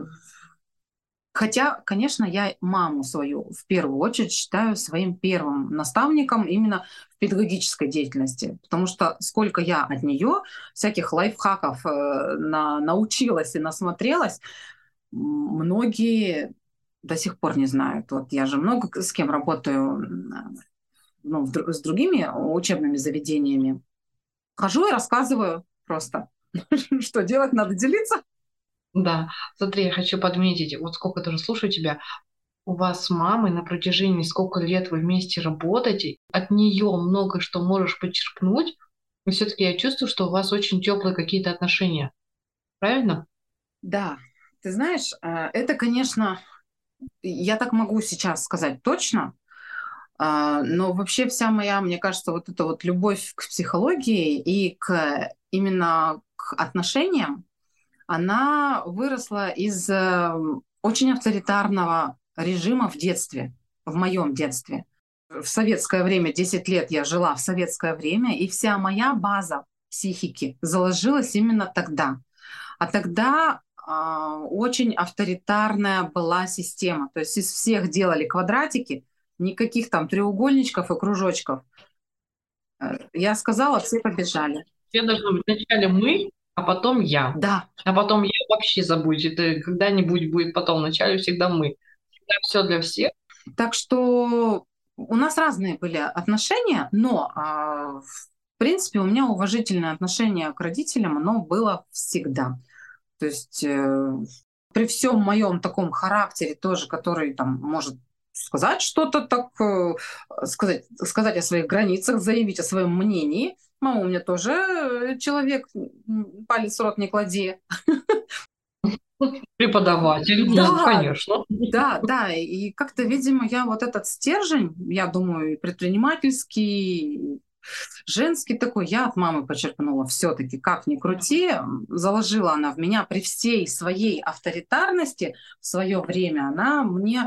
Хотя, конечно, я маму свою в первую очередь считаю своим первым наставником именно в педагогической деятельности, потому что сколько я от нее всяких лайфхаков научилась и насмотрелась, многие до сих пор не знают. Вот я же много с кем работаю, ну, с другими учебными заведениями. Хожу и рассказываю просто, что делать, надо делиться. Да, смотри, я хочу подметить, вот сколько тоже слушаю тебя, у вас с мамой на протяжении сколько лет вы вместе работаете, от нее много что можешь подчеркнуть, и все-таки я чувствую, что у вас очень теплые какие-то отношения. Правильно? Да, ты знаешь, это, конечно, я так могу сейчас сказать точно, но вообще вся моя, мне кажется, вот эта вот любовь к психологии и именно к отношениям, она выросла из очень авторитарного режима в детстве, в моем детстве. В советское время, 10 лет я жила в советское время, и вся моя база психики заложилась именно тогда. А тогда очень авторитарная была система. То есть из всех делали квадратики, никаких там треугольничков и кружочков. Я сказала, все побежали. Все должны быть вначале мы, а потом я. Да. А потом я вообще забудь. Это когда-нибудь будет потом. Вначале всегда мы. Всегда все для всех. Так что у нас разные были отношения, но принципе, у меня уважительное отношение к родителям, оно было всегда. То есть при всем моем таком характере тоже, который там может сказать что-то так, сказать о своих границах, заявить о своем мнении. Мама у меня тоже человек, палец в рот не клади. Преподаватель, ну, Да, конечно. да, и как-то, видимо, я вот этот стержень, я думаю, и предпринимательский, и женский такой, я от мамы почерпнула все-таки, как ни крути, заложила она в меня при всей своей авторитарности в свое время, она мне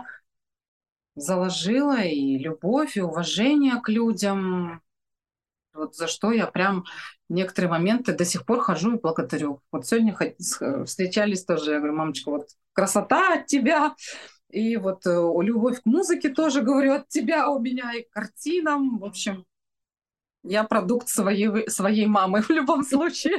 заложила и любовь, и уважение к людям, вот за что я прям в некоторые моменты до сих пор хожу и благодарю. Вот сегодня встречались тоже, я говорю, мамочка, вот красота от тебя, и вот любовь к музыке тоже, говорю, от тебя у меня, и к картинам, в общем, я продукт своей мамы в любом случае.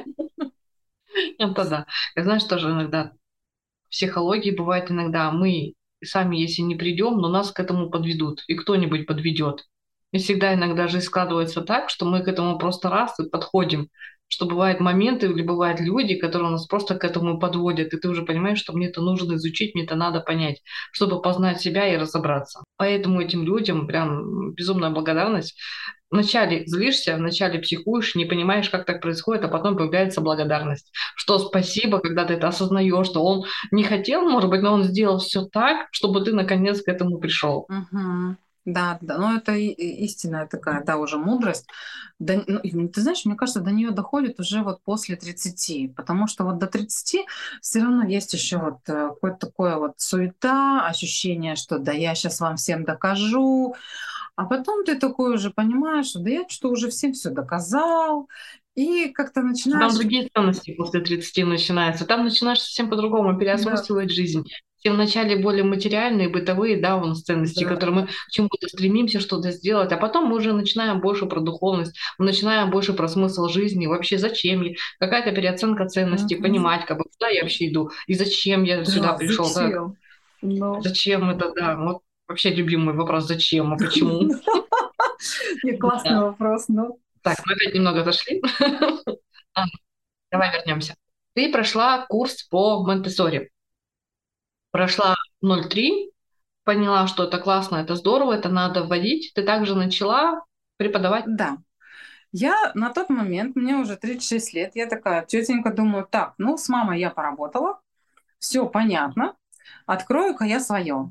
Это да. Я знаешь, тоже иногда в психологии бывает иногда мы сами, если не придем, но нас к этому подведут, и кто-нибудь подведет. И всегда иногда жизнь складывается так, что мы к этому просто раз и подходим. Что бывают моменты или бывают люди, которые нас просто к этому подводят, и ты уже понимаешь, что мне это нужно изучить, мне это надо понять, чтобы познать себя и разобраться. Поэтому этим людям прям безумная благодарность. Вначале злишься, вначале психуешь, не понимаешь, как так происходит, а потом появляется благодарность. Что спасибо, когда ты это осознаешь, что он не хотел, может быть, но он сделал все так, чтобы ты наконец к этому пришел. Мгм. Да, да, но это истинная такая, да, уже мудрость. Ты знаешь, мне кажется, до нее доходит уже вот после 30, потому что вот до 30 все равно есть еще вот какое-то такое вот суета, ощущение, что да я сейчас вам всем докажу, а потом ты такой уже понимаешь, что да я что уже всем все доказал, и как-то Там начинаешь... другие ценности после 30 начинаются. Там начинаешь совсем по-другому Да, переосмысливать жизнь. Все вначале более материальные, бытовые, да, у нас ценности, да, которые мы к чему-то стремимся что-то сделать, а потом мы уже начинаем больше про духовность, мы начинаем больше про смысл жизни, вообще зачем я, какая-то переоценка ценностей, мгм. понимать, как бы, куда я вообще иду, и зачем я сюда Да, пришел, как, зачем? Ну, зачем это, да, вот вообще любимый вопрос, зачем, а почему. не, классный Да. вопрос, ну. Так, мы опять немного отошли. А, давай вернемся. Ты прошла курс по Монтессори. Прошла 0,3, поняла, что это классно, это здорово, это надо вводить. Ты также начала преподавать. Да, я на тот момент, мне уже 36 лет, я такая тетенька, думаю, так, ну, с мамой я поработала, все понятно, открою-ка я свое.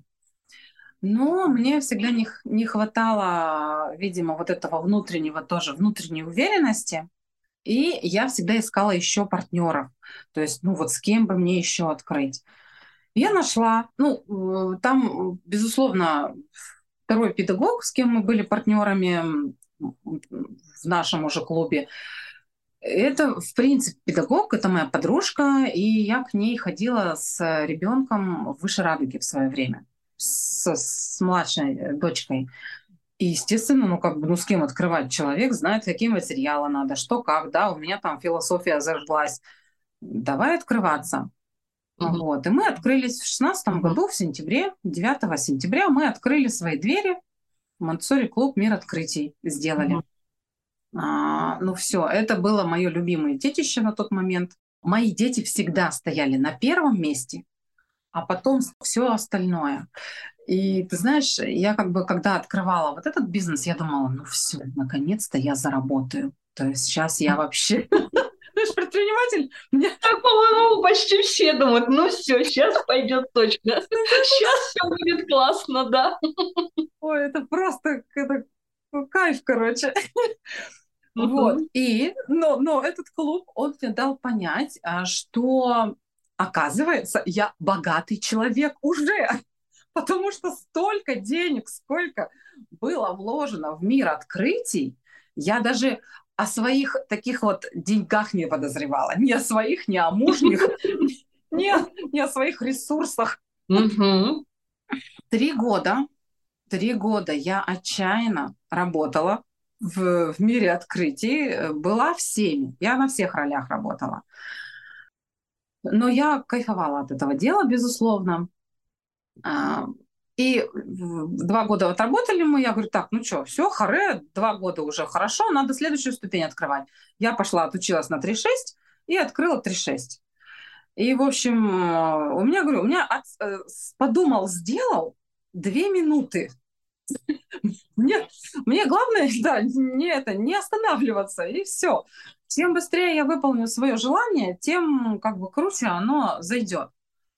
Но мне всегда не хватало, видимо, вот этого внутреннего тоже, внутренней уверенности, и я всегда искала еще партнеров, то есть, ну, вот с кем бы мне еще открыть. Я нашла, ну, там, безусловно, второй педагог, с кем мы были партнерами в нашем уже клубе, это, в принципе, педагог, это моя подружка, и я к ней ходила с ребенком в Высшей Радуге в свое время, с младшей дочкой. И, естественно, ну, как бы, ну, с кем открывать? Человек знает, какие материалы надо, что как, да, у меня там философия зажглась. Давай открываться. Мгм, Вот. И мы открылись в 16 мгм, году, в сентябре, 9 сентября мы открыли свои двери, Монтессори клуб «Мир открытий» сделали. мгм, Ну все, это было мое любимое детище на тот момент. Мои дети всегда стояли на первом месте, а потом все остальное. И ты знаешь, я как бы, когда открывала вот этот бизнес, я думала, ну все, наконец-то я заработаю. То есть сейчас я вообще... Знаешь, предприниматель, мне... так, по-моему, почти все думают, ну все, сейчас пойдет точно. Сейчас все будет классно, да. Ой, это просто кайф, короче. Вот. Мгм, Но этот клуб, он мне дал понять, что, оказывается, я богатый человек уже, потому что столько денег, сколько было вложено в мир открытий, я даже о своих таких вот деньгах не подозревала. Ни о своих, ни о мужних, ни о своих ресурсах. мгм, 3 года, 3 года я отчаянно работала в мире открытий, была всеми, я на всех ролях работала. Но я кайфовала от этого дела, безусловно. А, И 2 года отработали мы, я говорю, так, ну что, все, харе, 2 года уже хорошо, надо следующую ступень открывать. Я пошла, отучилась на 3.6 и открыла 3.6. И, в общем, у меня, говорю, подумал, сделал 2 минуты. Мне главное, да, не останавливаться, и все. Чем быстрее я выполню свое желание, тем как бы круче оно зайдет.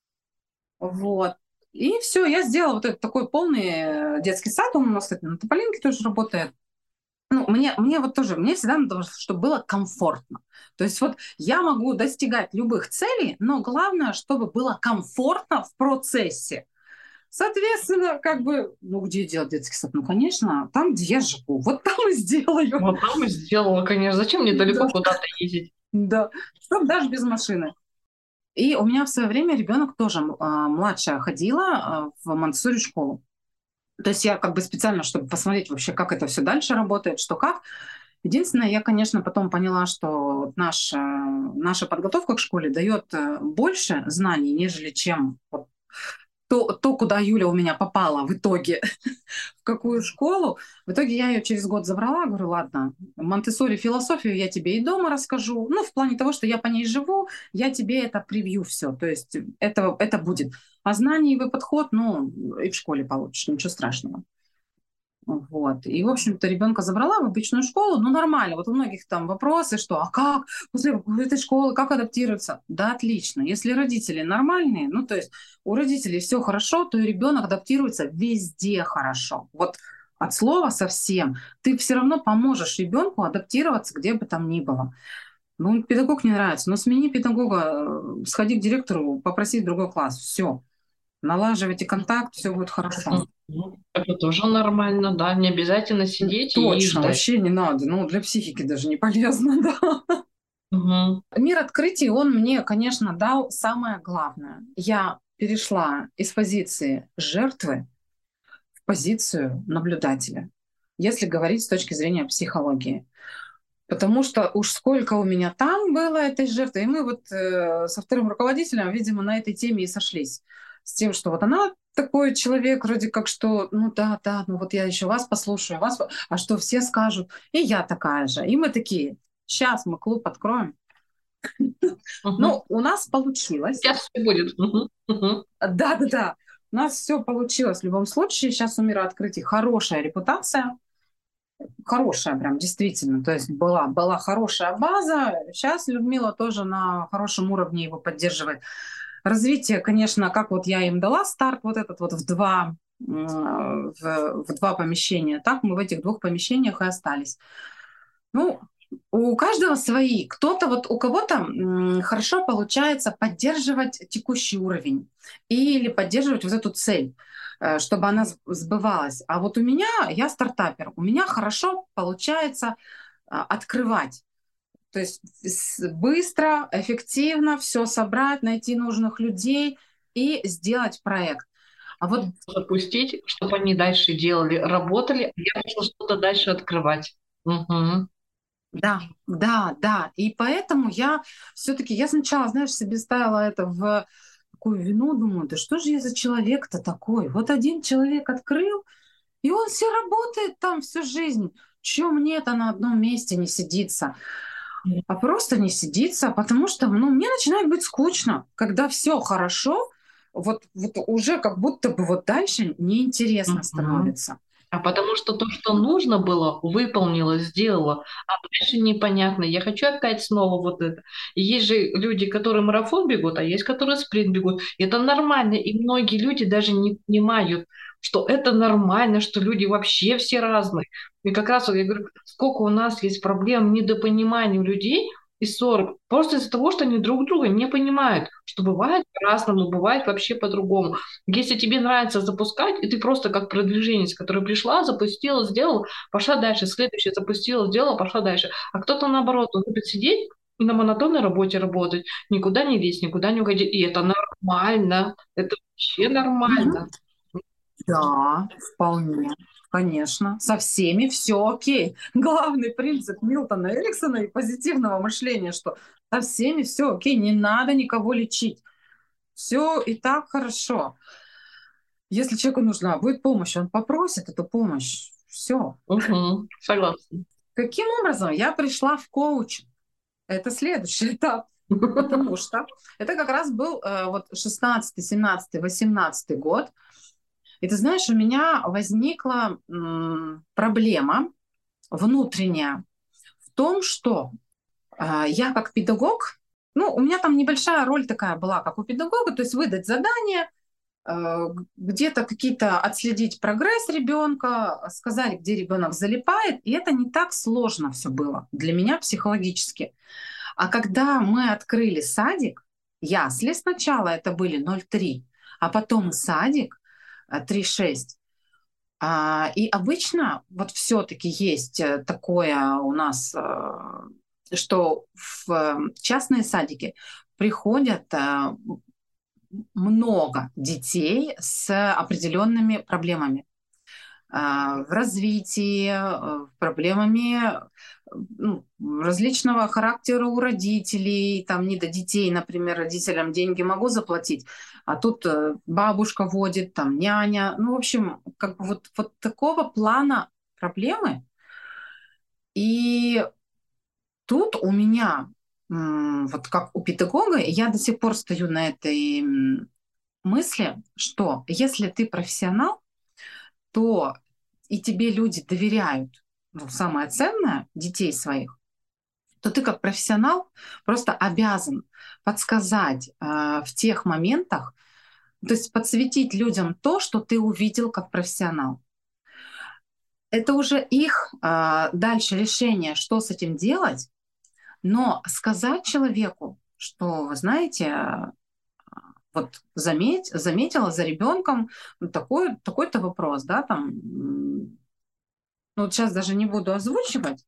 Вот. И все, я сделала вот этот такой полный детский сад, он у нас, кстати, на Тополинке тоже работает. Ну, мне вот тоже, мне всегда надо, чтобы было комфортно. То есть вот я могу достигать любых целей, но главное, чтобы было комфортно в процессе. Соответственно, как бы, ну, где делать детский сад? Ну, конечно, там, где я живу. Вот там и сделаю. Вот там и сделала, конечно. Зачем мне далеко Да, куда-то ездить? да. Чтоб даже без машины. И у меня в свое время ребенок тоже младшая ходила в Монтессори школу. То есть я как бы специально, чтобы посмотреть вообще, как это все дальше работает, что как. Единственное, я, конечно, потом поняла, что наша подготовка к школе дает больше знаний, нежели чем вот куда Юля у меня попала в итоге, в какую школу. В итоге я ее через год забрала, говорю, ладно, Монтессори философию я тебе и дома расскажу. Ну, в плане того, что я по ней живу, я тебе это привью все. То есть это будет. А знаний и подход, ну, и в школе получишь, ничего страшного. Вот. И, в общем-то, ребенка забрала в обычную школу, ну, нормально. Вот у многих там вопросы, что, а как после этой школы, как адаптироваться? Да, отлично. Если родители нормальные, ну, то есть у родителей все хорошо, то и ребенок адаптируется везде хорошо. Вот от слова совсем. Ты все равно поможешь ребенку адаптироваться, где бы там ни было. Ну, педагог не нравится, но смени педагога, сходи к директору, попроси в другой класс. Все. Налаживайте контакт, все будет хорошо. Это тоже нормально, да. Не обязательно сидеть и Точно, ждать. вообще не надо. Ну, для психики даже не полезно, да. Угу. Мир открытий, он мне, конечно, дал самое главное. Я перешла из позиции жертвы в позицию наблюдателя, если говорить с точки зрения психологии. Потому что уж сколько у меня там было этой жертвы, и мы вот со вторым руководителем, видимо, на этой теме и сошлись. С тем, что вот она такой человек, вроде как, что, ну да, да, ну вот я еще вас послушаю, а что все скажут, и я такая же. И мы такие, сейчас мы клуб откроем. Угу. Ну, у нас получилось. Сейчас все будет. Угу. Угу. Да-да-да, у нас все получилось в любом случае. Сейчас у мира открытий хорошая репутация, хорошая прям, действительно. То есть была хорошая база. Сейчас Людмила тоже на хорошем уровне его поддерживает. Развитие, конечно, как вот я им дала старт вот этот вот в два помещения, так мы в этих 2 помещениях и остались. Ну, у каждого свои. У кого-то хорошо получается поддерживать текущий уровень или поддерживать вот эту цель, чтобы она сбывалась. А вот я стартапер, у меня хорошо получается открывать. То есть быстро, эффективно все собрать, найти нужных людей и сделать проект. А вот Запустить, чтобы они дальше делали, работали, а я пошла что-то дальше открывать. Угу. да, да, да. И поэтому я сначала, знаешь, себе ставила это в такую вину, думаю, да что же я за человек-то такой? Вот один человек открыл, и он все работает там всю жизнь. Чего мне-то на одном месте не сидится? А просто не сидится, потому что, ну, мне начинает быть скучно, когда все хорошо, вот уже как будто бы вот дальше неинтересно Угу. становится. А потому что то, что нужно было, выполнила, сделала, а дальше непонятно. Я хочу опять снова вот это. И есть же люди, которые марафон бегут, а есть, которые спринт бегут. И это нормально. И многие люди даже не понимают, что это нормально, что люди вообще все разные. И как раз вот я говорю, сколько у нас есть проблем недопонимания у людей и ссор, просто из-за того, что они друг друга не понимают, что бывает по-разному, бывает вообще по-другому. Если тебе нравится запускать, и ты просто как продвиженец, который пришла, запустила, сделала, пошла дальше, следующее запустила, сделала, пошла дальше. А кто-то наоборот, он любит сидеть и на монотонной работе работать, никуда не лезть, никуда не уходить. И это нормально, это вообще Мгм. нормально. Да, вполне. Конечно, со всеми все окей. Главный принцип Милтона Эриксона и позитивного мышления, что со всеми все окей, не надо никого лечить. Все и так хорошо. Если человеку нужна будет помощь, он попросит эту помощь. Все. Согласна. Каким образом я пришла в коучинг? Это следующий этап. Потому что это как раз был вот 16, 17, 18 год. И ты знаешь, у меня возникла проблема внутренняя в том, что я как педагог, ну, у меня там небольшая роль такая была, как у педагога, то есть выдать задание, где-то какие-то отследить прогресс ребенка, сказать, где ребенок залипает, и это не так сложно все было для меня психологически. А когда мы открыли садик, ясли сначала это были 0,3, а потом садик 3,6. И обычно вот все-таки есть такое у нас, что в частные садики приходят много детей с определенными проблемами в развитии, проблемами различного характера у родителей, там не до детей, например, родителям деньги могу заплатить, а тут бабушка водит, там няня, ну, в общем, как бы вот такого плана проблемы. И тут у меня, вот как у педагога, я до сих пор стою на этой мысли, что если ты профессионал, то и тебе люди доверяют, ну, самое ценное, детей своих, то ты как профессионал просто обязан подсказать в тех моментах, то есть подсветить людям то, что ты увидел как профессионал. Это уже их дальше решение, что с этим делать, но сказать человеку, что, вы знаете, вот заметила за ребенком такой-то вопрос, да, там, ну вот сейчас даже не буду озвучивать,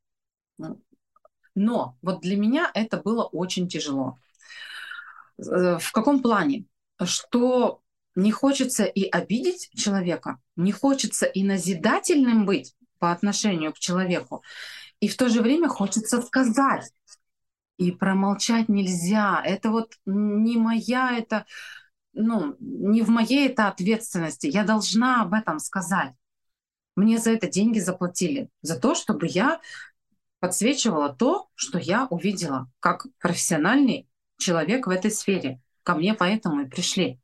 но вот для меня это было очень тяжело. В каком плане? Что не хочется и обидеть человека, не хочется и назидательным быть по отношению к человеку, и в то же время хочется сказать. И промолчать нельзя. Это вот не моя, это, ну, не в моей это ответственности. Я должна об этом сказать. Мне за это деньги заплатили. За то, чтобы я подсвечивала то, что я увидела как профессиональный человек в этой сфере. Ко мне поэтому и пришли.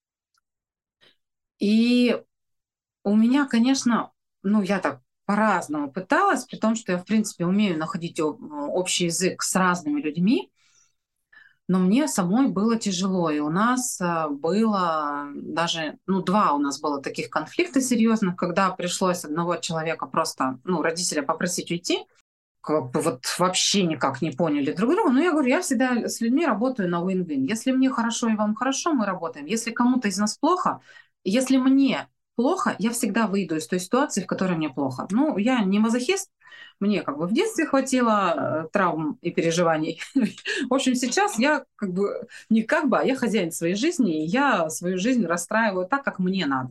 И у меня, конечно, ну, я так по-разному пыталась, при том, что я, в принципе, умею находить общий язык с разными людьми, но мне самой было тяжело. И у нас было даже, ну, два у нас было таких конфликта серьезных, когда пришлось одного человека просто, ну, родителя попросить уйти, как бы вот вообще никак не поняли друг друга. Но я говорю, я всегда с людьми работаю на win-win. Если мне хорошо и вам хорошо, мы работаем. Если кому-то из нас плохо, если мне плохо, я всегда выйду из той ситуации, в которой мне плохо. Ну, я не мазохист, мне как бы в детстве хватило травм и переживаний. В общем, сейчас я как бы не как бы, а я хозяин своей жизни, и я свою жизнь расстраиваю так, как мне надо.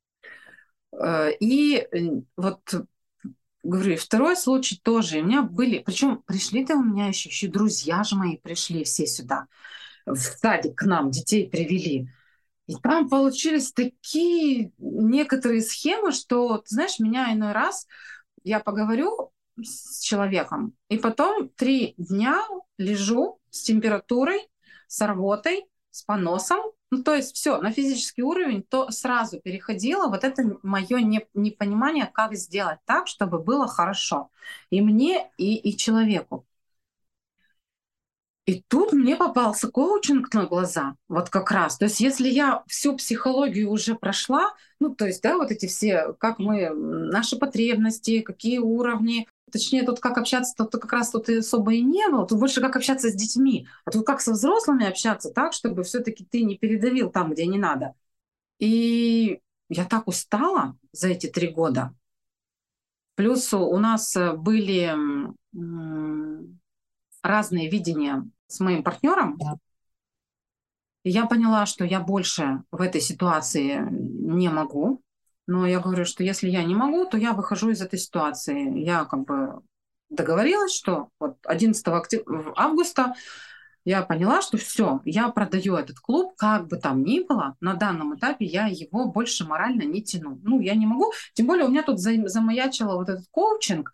И вот говорю, и второй случай тоже. У меня были, причем пришли-то у меня еще друзья же мои пришли все сюда, в садик к нам детей привели. И там получились такие некоторые схемы, что, ты знаешь, меня иной раз, я поговорю с человеком, и потом 3 дня лежу с температурой, с рвотой, с поносом. Ну, то есть все, на физический уровень, то сразу переходило вот это мое непонимание, как сделать так, чтобы было хорошо и мне, и человеку. И тут мне попался коучинг на глаза, вот как раз. То есть если я всю психологию уже прошла, ну, то есть, да, вот эти все, как мы, наши потребности, какие уровни, точнее, тут как общаться, тут как раз тут и особо и не было, тут больше как общаться с детьми, а тут как со взрослыми общаться так, чтобы все таки ты не передавил там, где не надо. И я так устала за эти 3 года. Плюс у нас были разные видения с моим партнером. И я поняла, что я больше в этой ситуации не могу. Но я говорю, что если я не могу, то я выхожу из этой ситуации. Я как бы договорилась, что вот 11 августа Я поняла, что все, я продаю этот клуб, как бы там ни было, на данном этапе я его больше морально не тяну. Ну, я не могу, тем более у меня тут замаячило вот этот коучинг,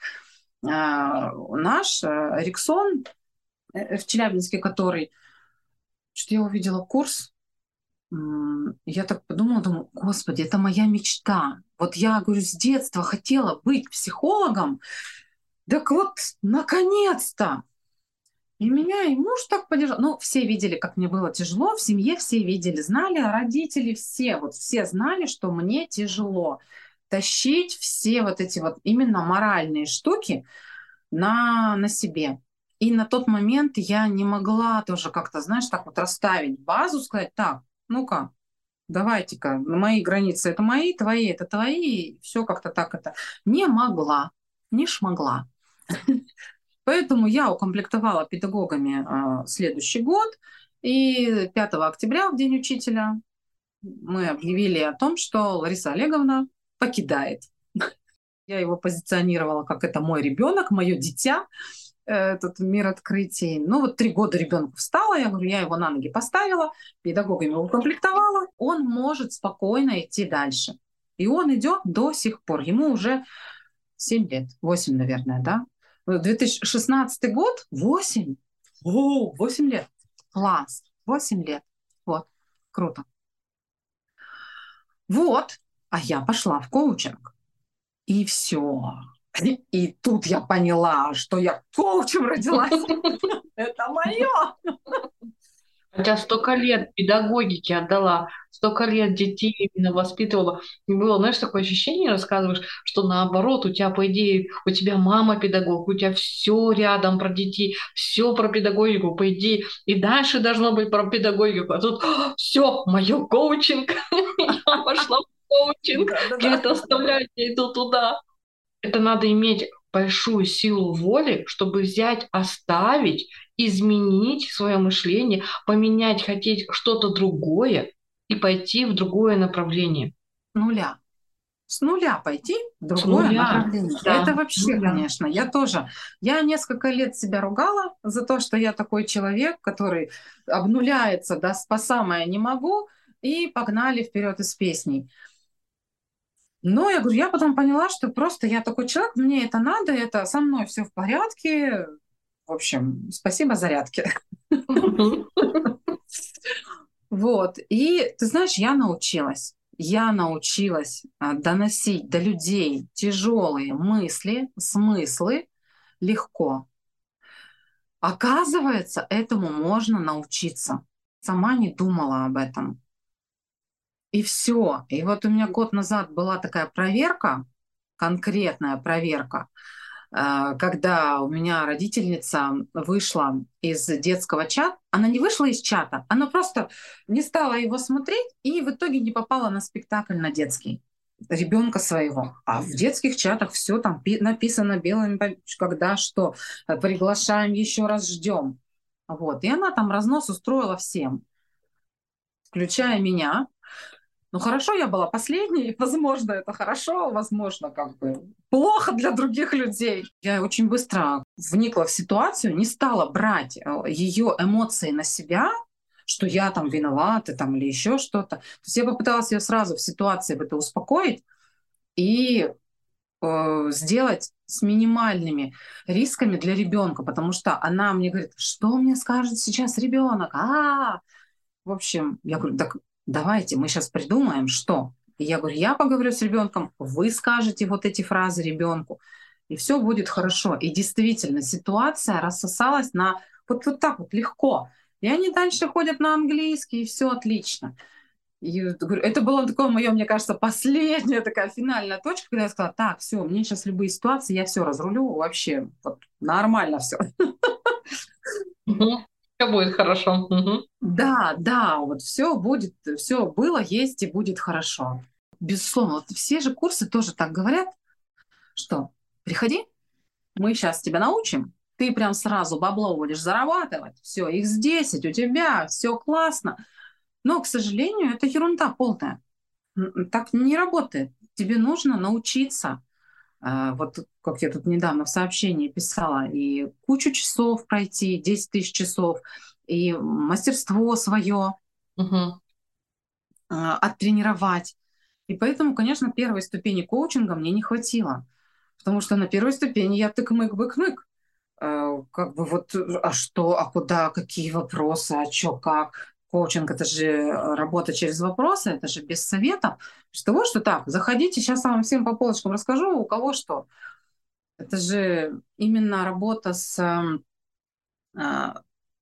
наш Риксон в Челябинске, который, что я увидела курс, я так подумала, думаю, господи, это моя мечта. Вот я, говорю, с детства хотела быть психологом, так вот, наконец-то! И меня и муж так поддержал. Ну, все видели, как мне было тяжело, в семье все видели, знали, а родители все, вот все знали, что мне тяжело тащить все вот эти вот именно моральные штуки на себе. И на тот момент я не могла тоже как-то, знаешь, так вот расставить базу, сказать, так, ну-ка, давайте-ка, мои границы это мои, твои это твои, все как-то так это. Не могла, не шмогла. Поэтому я укомплектовала педагогами следующий год. И 5 октября, в День учителя, мы объявили о том, что Лариса Олеговна покидает. Я его позиционировала как это мой ребенок, мое дитя, этот мир открытий. Ну вот 3 года ребенку встала, я говорю, я его на ноги поставила, педагогами укомплектовала. Он может спокойно идти дальше. И он идет до сих пор. Ему уже 7 лет, 8, наверное, да? 2016 год, 8. О, 8 лет. Класс. 8 лет. Вот. Круто. Вот. А я пошла в коучинг. И все. И тут я поняла, что я коучем родилась. Это мое. Хотя столько лет педагогике отдала, столько лет детей именно воспитывала. И было, знаешь, такое ощущение, рассказываешь, что наоборот, у тебя, по идее, у тебя мама педагог, у тебя все рядом про детей, все про педагогику, по идее, и дальше должно быть про педагогику. А тут все, мое коучинг, я пошла в коучинг, я это оставляю, я иду туда. Это надо иметь большую силу воли, чтобы взять, оставить, изменить свое мышление, поменять, хотеть что-то другое и пойти в другое направление. С нуля. С нуля пойти в С другое нуля. направление. Да, Это с вообще, нуля. конечно, я тоже. Я несколько лет себя ругала за то, что я такой человек, который обнуляется до самое не могу, и погнали вперед из песней. Но я говорю, я потом поняла, что просто я такой человек, мне это надо, это со мной все в порядке. В общем, спасибо зарядке. Вот. И ты знаешь, я научилась. Я научилась доносить до людей тяжелые мысли, смыслы легко. Оказывается, этому можно научиться. Сама не думала об этом. И все. И вот у меня год назад была такая проверка, конкретная проверка, когда у меня родительница вышла из детского чата. Она не вышла из чата, она просто не стала его смотреть и в итоге не попала на спектакль на детский ребенка своего. А в детских чатах все там написано белым, когда что, приглашаем, еще раз ждем. Вот. И она там разнос устроила всем, включая меня. Ну хорошо, я была последней, возможно, это хорошо, возможно, как бы плохо для других людей. Я очень быстро вникла в ситуацию, не стала брать ее эмоции на себя, что я там виновата там, или еще что-то. То есть я попыталась ее сразу в ситуации в это успокоить и сделать с минимальными рисками для ребенка, потому что она мне говорит, что мне скажет сейчас ребенок? В общем, я говорю, так давайте мы сейчас придумаем, что. И я говорю, я поговорю с ребенком, вы скажете вот эти фразы ребенку, и все будет хорошо. И действительно, ситуация рассосалась на вот так вот легко. И они дальше ходят на английский, и все отлично. И это было такое мое, мне кажется, последняя такая финальная точка, когда я сказала, так, все, мне сейчас любые ситуации, я все разрулю, вообще вот, нормально все. Все будет хорошо. Да, да, вот все будет, все было, есть и будет хорошо. Безусловно, вот все же курсы тоже так говорят, что приходи, мы сейчас тебя научим, ты прям сразу бабло будешь зарабатывать, все, X10 у тебя, все классно. Но, к сожалению, это ерунда полная. Так не работает. Тебе нужно научиться. Вот как я тут недавно в сообщении писала, и кучу часов пройти, 10 тысяч часов, и мастерство свое Мгм. оттренировать. И поэтому, конечно, первой ступени коучинга мне не хватило. Потому что на первой ступени я тык-мык-бык-мык. Как бы вот, а что, а куда, какие вопросы, а чё, как? Коучинг — это же работа через вопросы, это же без совета. С того, что так, заходите, сейчас я вам всем по полочкам расскажу, у кого что. Это же именно работа а,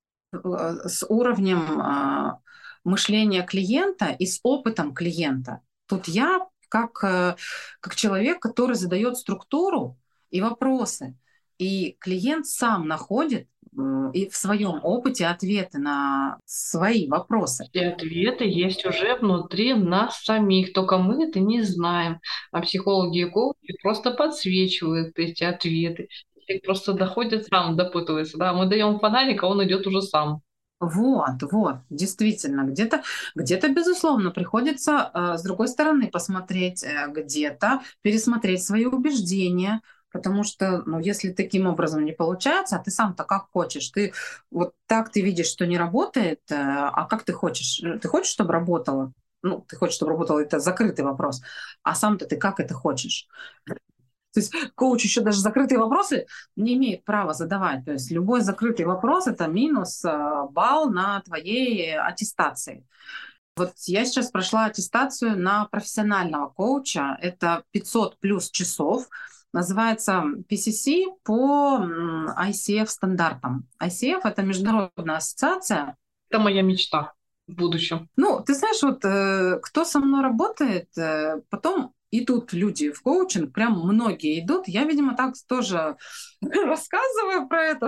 с уровнем мышления клиента и с опытом клиента. Тут я как человек, который задает структуру и вопросы, и клиент сам находит и в своем опыте ответы на свои вопросы. Все ответы есть уже внутри нас самих, только мы это не знаем. А психологи и коучи просто подсвечивают эти ответы. Человек просто доходит сам, допытывается. Да? Мы даем фонарик, а он идет уже сам. Вот, действительно, где-то, безусловно, приходится, с другой стороны, посмотреть, где-то пересмотреть свои убеждения, потому что, ну, если таким образом не получается, а ты сам-то как хочешь, ты вот так ты видишь, что не работает, а как ты хочешь? Ты хочешь, чтобы работало? Ну, ты хочешь, чтобы работало, это закрытый вопрос. А сам-то ты как это хочешь? То есть коуч еще даже закрытые вопросы не имеет права задавать. То есть любой закрытый вопрос — это минус балл на твоей аттестации. Вот я сейчас прошла аттестацию на профессионального коуча. Это 500 плюс часов. Называется PCC по ICF стандартам. ICF — это международная ассоциация. Это моя мечта в будущем. Ну, ты знаешь, вот кто со мной работает, потом идут люди в коучинг, прям многие идут. Я, видимо, так тоже рассказываю про это,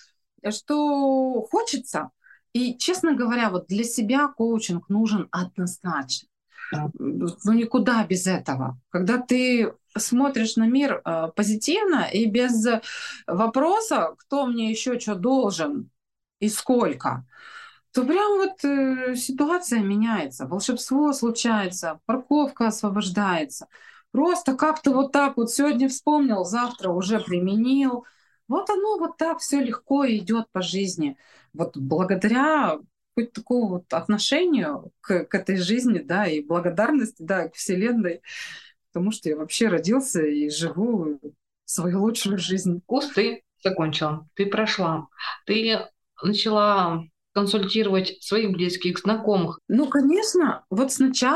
что хочется. И, честно говоря, вот для себя коучинг нужен однозначно. Ну, никуда без этого. Когда ты смотришь на мир позитивно и без вопроса, кто мне еще что должен и сколько, то прям вот ситуация меняется, волшебство случается, парковка освобождается. Просто как-то вот так вот сегодня вспомнил, завтра уже применил. Вот оно вот так все легко идет по жизни. Вот благодаря хоть такому вот отношению к этой жизни, да, и благодарности, да, к Вселенной, потому что я вообще родился и живу свою лучшую жизнь. Курс ты закончила, ты прошла, ты начала консультировать своих близких, знакомых. Ну, конечно, вот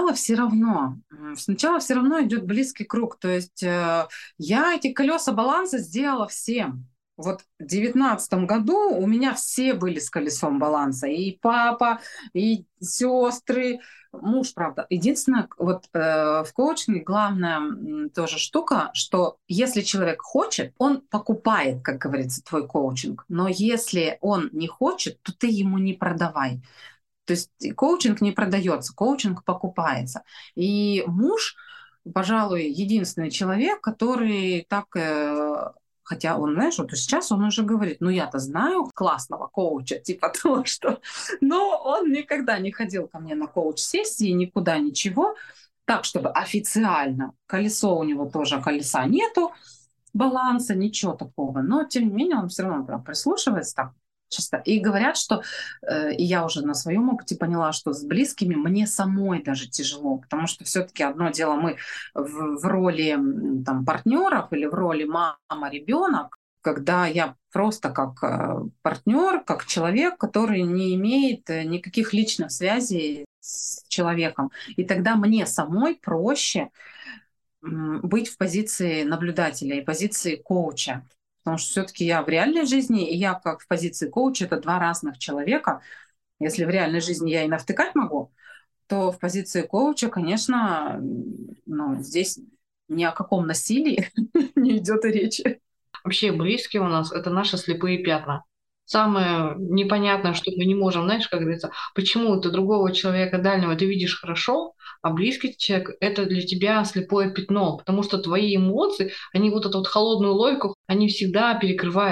сначала все равно идет близкий круг. То есть я эти колеса баланса сделала всем. Вот в 2019 году у меня все были с колесом баланса. И папа, и сестры, муж, правда. Единственное, вот в коучинге главная тоже штука, что если человек хочет, он покупает, как говорится, твой коучинг. Но если он не хочет, то ты ему не продавай. То есть коучинг не продается, коучинг покупается. И муж, пожалуй, единственный человек, который так, хотя он, знаешь, вот сейчас он уже говорит, ну я-то знаю классного коуча, типа того, что... Но он никогда не ходил ко мне на коуч-сессии, никуда, ничего. Так, чтобы официально. Колесо у него тоже, колеса нету, баланса, ничего такого. Но, тем не менее, он все равно прям прислушивается так чисто. И говорят, что, и я уже на своем опыте поняла, что с близкими мне самой даже тяжело, потому что все-таки одно дело мы в роли там, партнеров или в роли мама-ребенок, когда я просто как партнер, как человек, который не имеет никаких личных связей с человеком. И тогда мне самой проще быть в позиции наблюдателя и позиции коуча. Потому что все-таки я в реальной жизни, и я как в позиции коуча — это два разных человека. Если в реальной жизни я и навтыкать могу, то в позиции коуча, конечно, ну, здесь ни о каком насилии не идет и речи. Вообще близкие у нас — это наши слепые пятна. Самое непонятное, что мы не можем, знаешь, как говорится, почему ты другого человека дальнего ты видишь хорошо, а близкий человек — это для тебя слепое пятно, потому что твои эмоции, они вот эту вот холодную логику, они всегда перекрывают.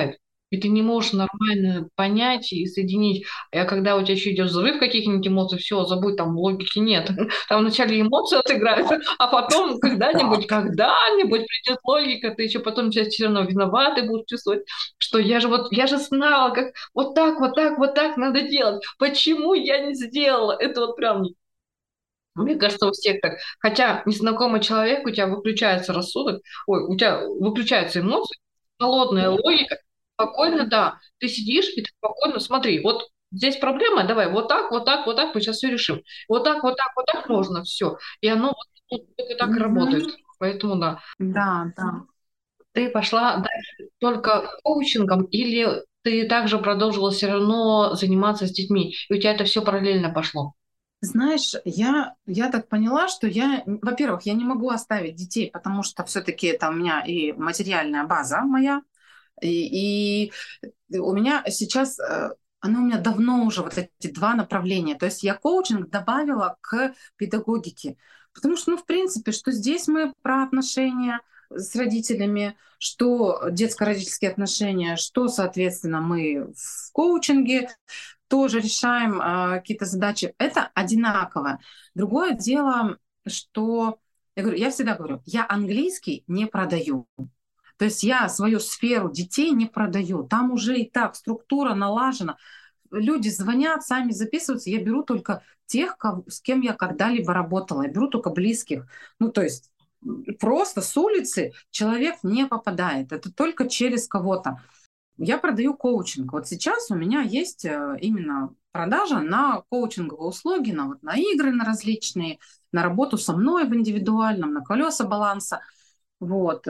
И ты не можешь нормально понять и соединить. А когда у тебя еще идет взрыв каких-нибудь эмоций, все, забудь, там логики нет. Там вначале эмоции отыграют, а потом когда-нибудь придет логика, ты еще потом себя все равно виноватый будешь чувствовать, что я же знала, как вот так надо делать. Почему я не сделала? Это вот прям, мне кажется, у всех так. Хотя незнакомый человек, у тебя выключается рассудок, ой, у тебя выключаются эмоции, холодная логика, спокойно, да. Ты сидишь и ты спокойно, смотри, вот здесь проблема, давай вот так, вот так, вот так, мы сейчас все решим. Вот так можно, все. И оно вот только так и работает. Мгм. Поэтому да. Да, да. Ты пошла дальше только коучингом или ты также продолжила все равно заниматься с детьми, и у тебя это все параллельно пошло? Знаешь, я так поняла, что во-первых, я не могу оставить детей, потому что все-таки это у меня и материальная база моя, и у меня сейчас, оно у меня давно уже вот эти два направления. То есть я коучинг добавила к педагогике. Потому что, ну, в принципе, что здесь мы про отношения с родителями, что детско-родительские отношения, что, соответственно, мы в коучинге тоже решаем какие-то задачи. Это одинаково. Другое дело, что я всегда говорю, я английский не продаю. То есть я свою сферу детей не продаю. Там уже и так структура налажена. Люди звонят, сами записываются. Я беру только тех, с кем я когда-либо работала. Я беру только близких. Ну, то есть просто с улицы человек не попадает. Это только через кого-то. Я продаю коучинг. Вот сейчас у меня есть именно продажа на коучинговые услуги, на игры на различные, на работу со мной в индивидуальном, на колеса баланса. Вот.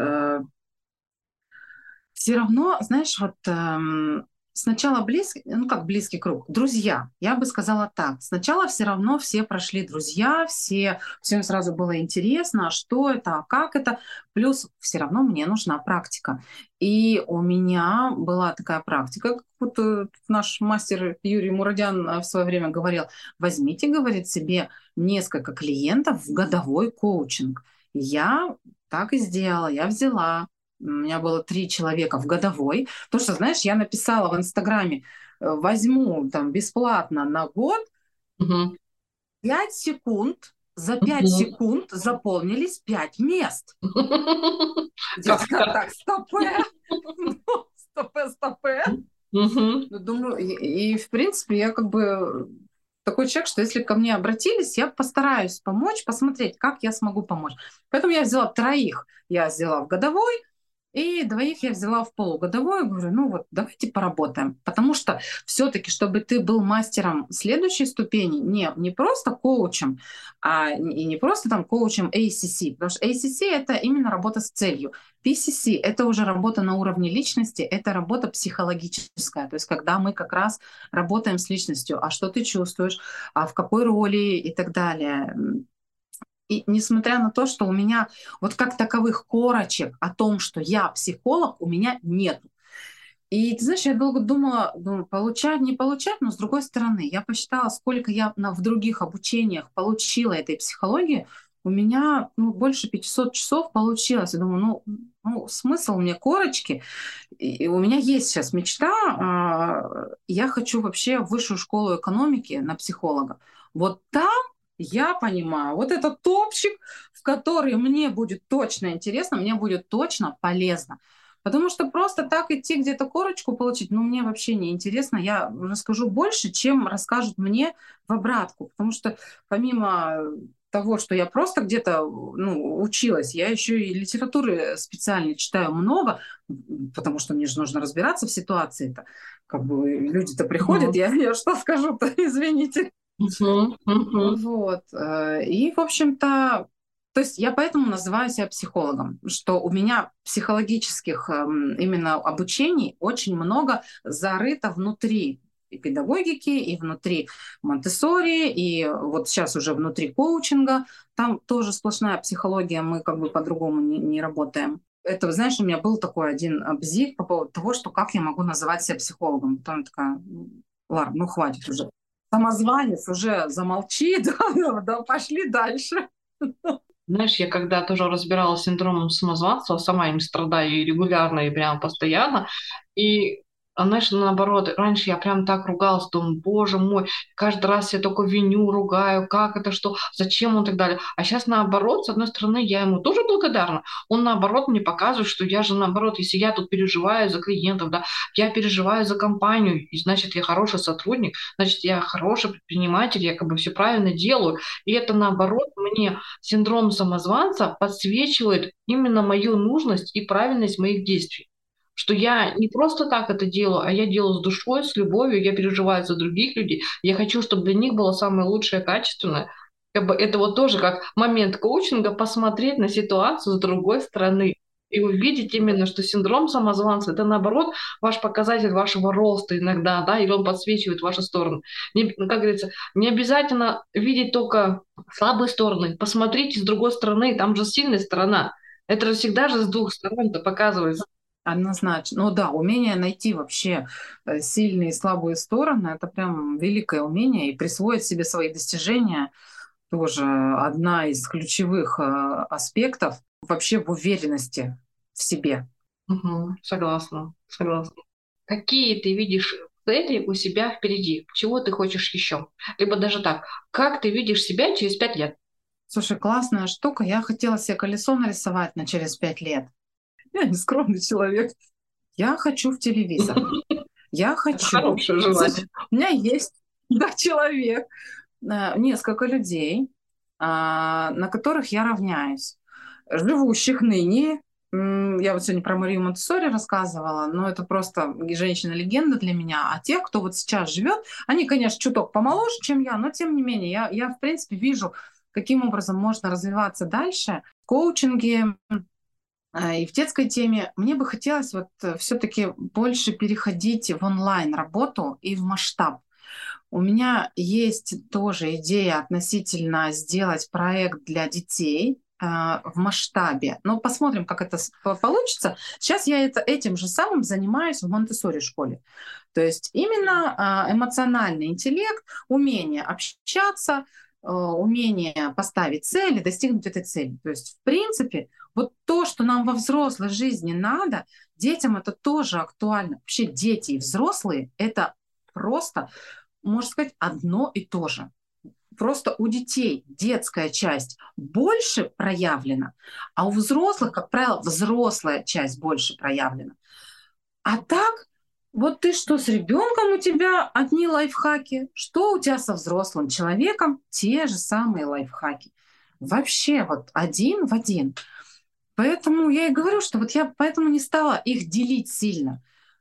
Все равно, знаешь, вот сначала близкий, ну как близкий круг, друзья, я бы сказала так. Сначала все равно все прошли друзья, всем сразу было интересно, а что это, а как это. Плюс все равно мне нужна практика. И у меня была такая практика, как вот наш мастер Юрий Мурадян в свое время говорил, возьмите, говорит, себе несколько клиентов в годовой коучинг. Я так и сделала, я взяла. У меня было 3 человека в годовой. То, что, знаешь, я написала в Инстаграме, возьму там бесплатно на год Мгм. 5 секунд, за пять Мгм. секунд заполнились 5 мест. Как Детка, так? так, стопэ, ну, стопэ. Мгм. Ну, думаю, в принципе, я как бы такой человек, что если ко мне обратились, я постараюсь помочь, посмотреть, как я смогу помочь. Поэтому я взяла 3, я взяла в годовой, и 2 я взяла в полугодовой. Говорю, ну вот давайте поработаем. Потому что все-таки, чтобы ты был мастером следующей ступени, не просто коучем, и не просто там коучем ACC. Потому что ACC — это именно работа с целью. PCC — это уже работа на уровне личности, это работа психологическая. То есть когда мы как раз работаем с личностью, а что ты чувствуешь, а в какой роли и так далее. И несмотря на то, что у меня вот как таковых корочек о том, что я психолог, у меня нет. И ты знаешь, я долго думаю, получать, не получать, но с другой стороны, я посчитала, сколько я в других обучениях получила этой психологии, у меня больше 500 часов получилось. Я думаю, смысл мне корочки. И у меня есть сейчас мечта, я хочу вообще в высшую школу экономики на психолога. Вот там я понимаю, вот этот топчик, в который мне будет точно интересно, мне будет точно полезно. Потому что просто так идти где-то корочку получить, мне вообще не интересно. Я расскажу больше, чем расскажут мне в обратку. Потому что помимо того, что я просто где-то училась, я еще и литературы специально читаю много, потому что мне же нужно разбираться в ситуации-то. Как бы люди-то приходят, Мгм. я что скажу-то, извините. Мгм. Мгм. Вот. И, в общем-то, то есть я поэтому называю себя психологом, что у меня психологических именно обучений очень много зарыто внутри и педагогики, и внутри Монтессори, и вот сейчас уже внутри коучинга. Там тоже сплошная психология, мы как бы по-другому не работаем. Это, знаешь, у меня был такой один бзик по поводу того, что как я могу называть себя психологом. Потом я такая, ладно, хватит уже. Самозванец, уже замолчи, да, пошли дальше. Знаешь, я когда тоже разбиралась с синдромом самозванца, сама им страдаю и регулярно, и прям постоянно. И А знаешь, наоборот, раньше я прям так ругалась, думаю, боже мой, каждый раз я только виню, ругаю, как это, что, зачем он и так далее. А сейчас наоборот, с одной стороны, я ему тоже благодарна. Он наоборот мне показывает, что я же наоборот, если я тут переживаю за клиентов, да, я переживаю за компанию, и значит, я хороший сотрудник, значит, я хороший предприниматель, я как бы все правильно делаю. И это наоборот мне синдром самозванца подсвечивает именно мою нужность и правильность моих действий. Что я не просто так это делаю, а я делаю с душой, с любовью, я переживаю за других людей. Я хочу, чтобы для них было самое лучшее, качественное. Как бы это вот тоже как момент коучинга, посмотреть на ситуацию с другой стороны и увидеть именно, что синдром самозванца — это, наоборот, ваш показатель вашего роста иногда, да, или он подсвечивает вашу сторону. Не, как говорится, не обязательно видеть только слабые стороны. Посмотрите с другой стороны, там же сильная сторона. Это же всегда же с двух сторон-то показывается. Однозначно. Ну да, умение найти вообще сильные и слабые стороны — это прям великое умение, и присвоить себе свои достижения тоже одна из ключевых аспектов вообще в уверенности в себе. Мгм. Согласна, согласна. Какие ты видишь цели у себя впереди? Чего ты хочешь еще? Либо даже так, как ты видишь себя через 5 лет? Слушай, классная штука. Я хотела себе колесо нарисовать на через 5 лет. Я не скромный человек. Я хочу в телевизор. Я Это хочу. хорошее желание. У меня есть, да, человек, несколько людей, на которых я равняюсь. Живущих ныне. Я вот сегодня про Марию Монтессори рассказывала, но это просто женщина-легенда для меня. А тех, кто вот сейчас живет, они, конечно, чуток помоложе, чем я, но тем не менее, я в принципе вижу, каким образом можно развиваться дальше в коучинге и в детской теме. Мне бы хотелось вот все-таки больше переходить в онлайн-работу и в масштаб. У меня есть тоже идея относительно сделать проект для детей в масштабе. Но посмотрим, как это получится. Сейчас я этим же самым занимаюсь в Монтессори школе. То есть именно эмоциональный интеллект, умение общаться, умение поставить цели, достигнуть этой цели. То есть, в принципе, вот то, что нам во взрослой жизни надо, детям это тоже актуально. Вообще дети и взрослые — это просто, можно сказать, одно и то же. Просто у детей детская часть больше проявлена, а у взрослых, как правило, взрослая часть больше проявлена. А так, вот ты что, с ребенком у тебя одни лайфхаки, что у тебя со взрослым человеком те же самые лайфхаки. Вообще вот один в один. Поэтому я и говорю, что вот я поэтому не стала их делить сильно.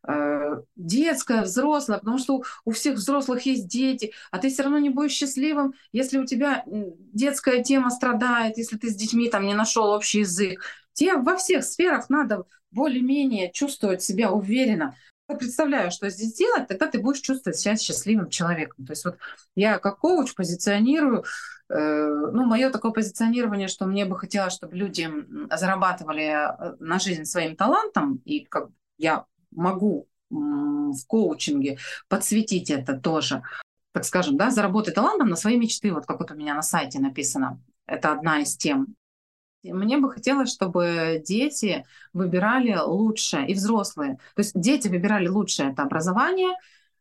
Детская, взрослая, потому что у всех взрослых есть дети, а ты все равно не будешь счастливым, если у тебя детская тема страдает, если ты с детьми там не нашел общий язык. Тебе во всех сферах надо более-менее чувствовать себя уверенно. Я представляю, что здесь делать, тогда ты будешь чувствовать себя счастливым человеком. То есть вот я как коуч позиционирую, ну, мое такое позиционирование, что мне бы хотелось, чтобы люди зарабатывали на жизнь своим талантом, и как я могу в коучинге подсветить это тоже, так скажем, да, заработать талантом на свои мечты, вот как вот у меня на сайте написано. Это одна из тем. Мне бы хотелось, чтобы дети выбирали лучшее, и взрослые. То есть дети выбирали лучшее — это образование,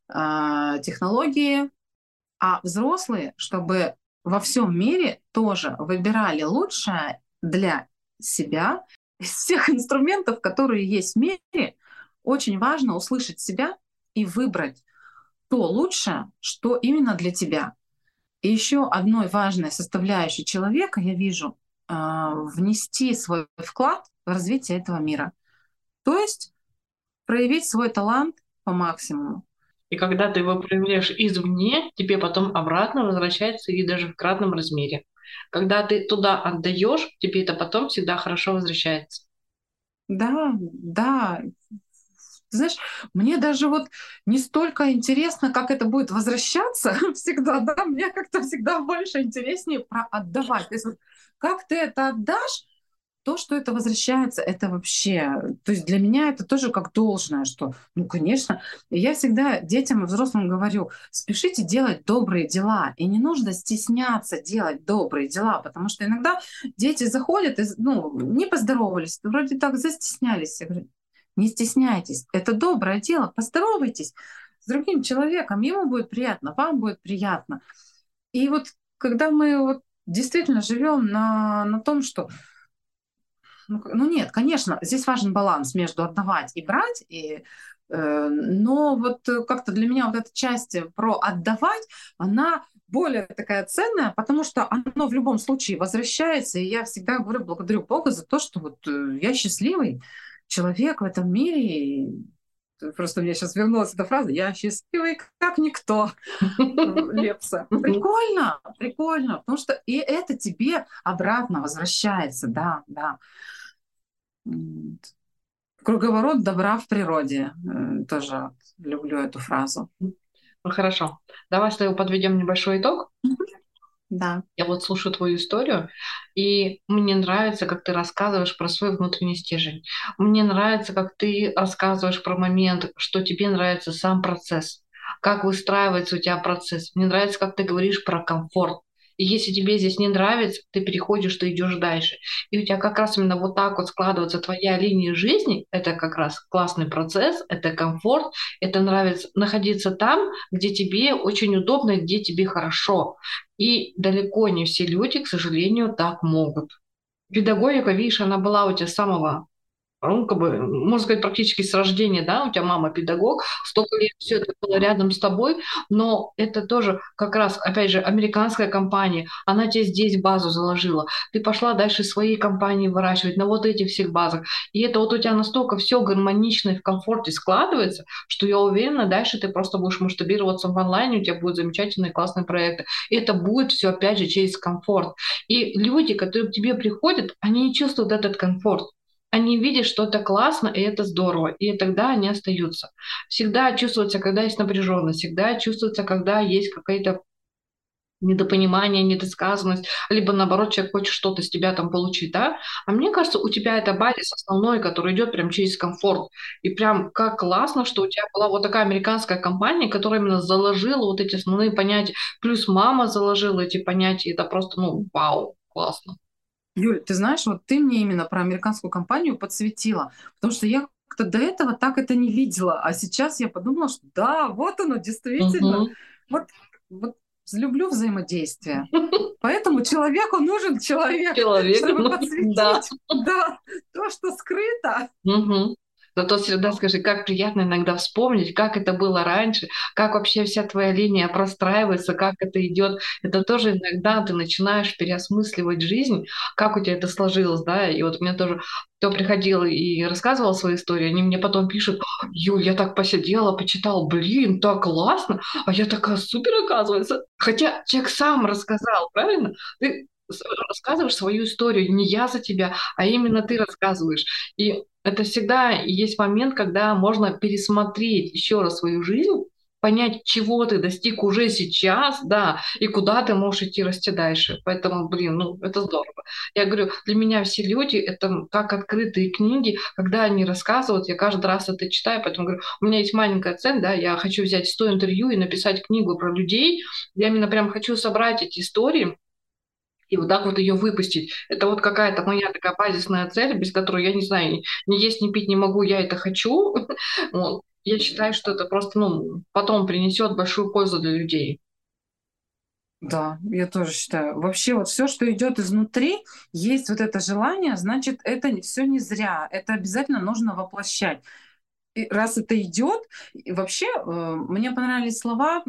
технологии, а взрослые, чтобы во всем мире тоже выбирали лучшее для себя. Из всех инструментов, которые есть в мире, очень важно услышать себя и выбрать то лучшее, что именно для тебя. И еще одной важной составляющей человека я вижу внести свой вклад в развитие этого мира. То есть проявить свой талант по максимуму. И когда ты его проявляешь извне, тебе потом обратно возвращается и даже в кратном размере. Когда ты туда отдаешь, тебе это потом всегда хорошо возвращается. Да, да. Ты знаешь, мне даже вот не столько интересно, как это будет возвращаться всегда, да, мне как-то всегда больше интереснее про отдавать. То есть вот как ты это отдашь, то, что это возвращается, это вообще, то есть для меня это тоже как должное, что, ну, конечно, и я всегда детям и взрослым говорю, спешите делать добрые дела, и не нужно стесняться делать добрые дела, потому что иногда дети заходят, и, ну, не поздоровались, вроде так застеснялись. Я говорю, Не стесняйтесь. Это доброе дело. Поздоровайтесь с другим человеком. Ему будет приятно, вам будет приятно. И вот когда мы вот действительно живем на том, что ну нет, конечно, здесь важен баланс между отдавать и брать, но вот как-то для меня вот эта часть про отдавать, она более такая ценная, потому что оно в любом случае возвращается, и я всегда говорю, благодарю Бога за то, что вот я счастливый человек в этом мире. И просто у меня сейчас вернулась эта фраза «я счастливый, как никто». Лепса. Прикольно, прикольно, потому что и это тебе обратно возвращается, да, да. Круговорот добра в природе. Тоже люблю эту фразу. Ну хорошо. Давай с тобой подведем небольшой итог. Да. Я вот слушаю твою историю, и мне нравится, как ты рассказываешь про свой внутренний стержень. Мне нравится, как ты рассказываешь про момент, что тебе нравится сам процесс, как выстраивается у тебя процесс. Мне нравится, как ты говоришь про комфорт. И если тебе здесь не нравится, ты переходишь, ты идешь дальше. И у тебя как раз именно вот так вот складывается твоя линия жизни. Это как раз классный процесс, это комфорт, это нравится находиться там, где тебе очень удобно, где тебе хорошо. И далеко не все люди, к сожалению, так могут. Педагогика, видишь, она была у тебя с самого, ну, как бы, можно сказать, практически с рождения, да, у тебя мама педагог, столько лет все это было рядом с тобой, но это тоже как раз, опять же, американская компания, она тебе здесь базу заложила, ты пошла дальше своей компании выращивать на вот этих всех базах, и это вот у тебя настолько все гармонично и в комфорте складывается, что я уверена, дальше ты просто будешь масштабироваться в онлайне, у тебя будут замечательные классные проекты, и это будет все, опять же, через комфорт. И люди, которые к тебе приходят, они не чувствуют этот комфорт. Они видят, что это классно, и это здорово, и тогда они остаются. Всегда чувствуется, когда есть напряженность, всегда чувствуется, когда есть какое-то недопонимание, недосказанность, либо наоборот человек хочет что-то с тебя там получить, да? А мне кажется, у тебя это базис основной, который идет прям через комфорт. И прям как классно, что у тебя была вот такая американская компания, которая именно заложила вот эти основные понятия. Плюс мама заложила эти понятия. Это просто, ну, вау, классно. Юль, ты знаешь, вот ты мне именно про американскую компанию подсветила, потому что я как-то до этого так это не видела, а сейчас я подумала, что да, вот оно действительно, Мгм. вот люблю взаимодействие. Поэтому человеку нужен человек, Человек, чтобы ну, да. подсветить, да, то, что скрыто. Мгм. Зато всегда скажи, как приятно иногда вспомнить, как это было раньше, как вообще вся твоя линия простраивается, как это идет. Это тоже иногда ты начинаешь переосмысливать жизнь, как у тебя это сложилось, да. И вот мне тоже кто приходил и рассказывал свою историю, они мне потом пишут: Юль, я так посидела, почитал, блин, так классно, а я такая супер, оказывается. Хотя человек сам рассказал, правильно? Ты рассказываешь свою историю, не я за тебя, а именно ты рассказываешь. И это всегда есть момент, когда можно пересмотреть еще раз свою жизнь, понять, чего ты достиг уже сейчас, да, и куда ты можешь идти расти дальше. Поэтому, блин, ну, это здорово. Я говорю, для меня все люди — это как открытые книги, когда они рассказывают, я каждый раз это читаю, поэтому говорю, у меня есть маленькая цель, да, я хочу взять 100 интервью и написать книгу про людей, я именно прям хочу собрать эти истории, и вот так вот ее выпустить. Это вот какая-то моя такая базисная цель, без которой, я не знаю, ни есть, ни пить не могу, я это хочу. Вот. Я считаю, что это просто, ну, потом принесет большую пользу для людей. Да, я тоже считаю. Вообще вот все, что идет изнутри, есть вот это желание, значит, это все не зря. Это обязательно нужно воплощать. И раз это идет, и вообще мне понравились слова,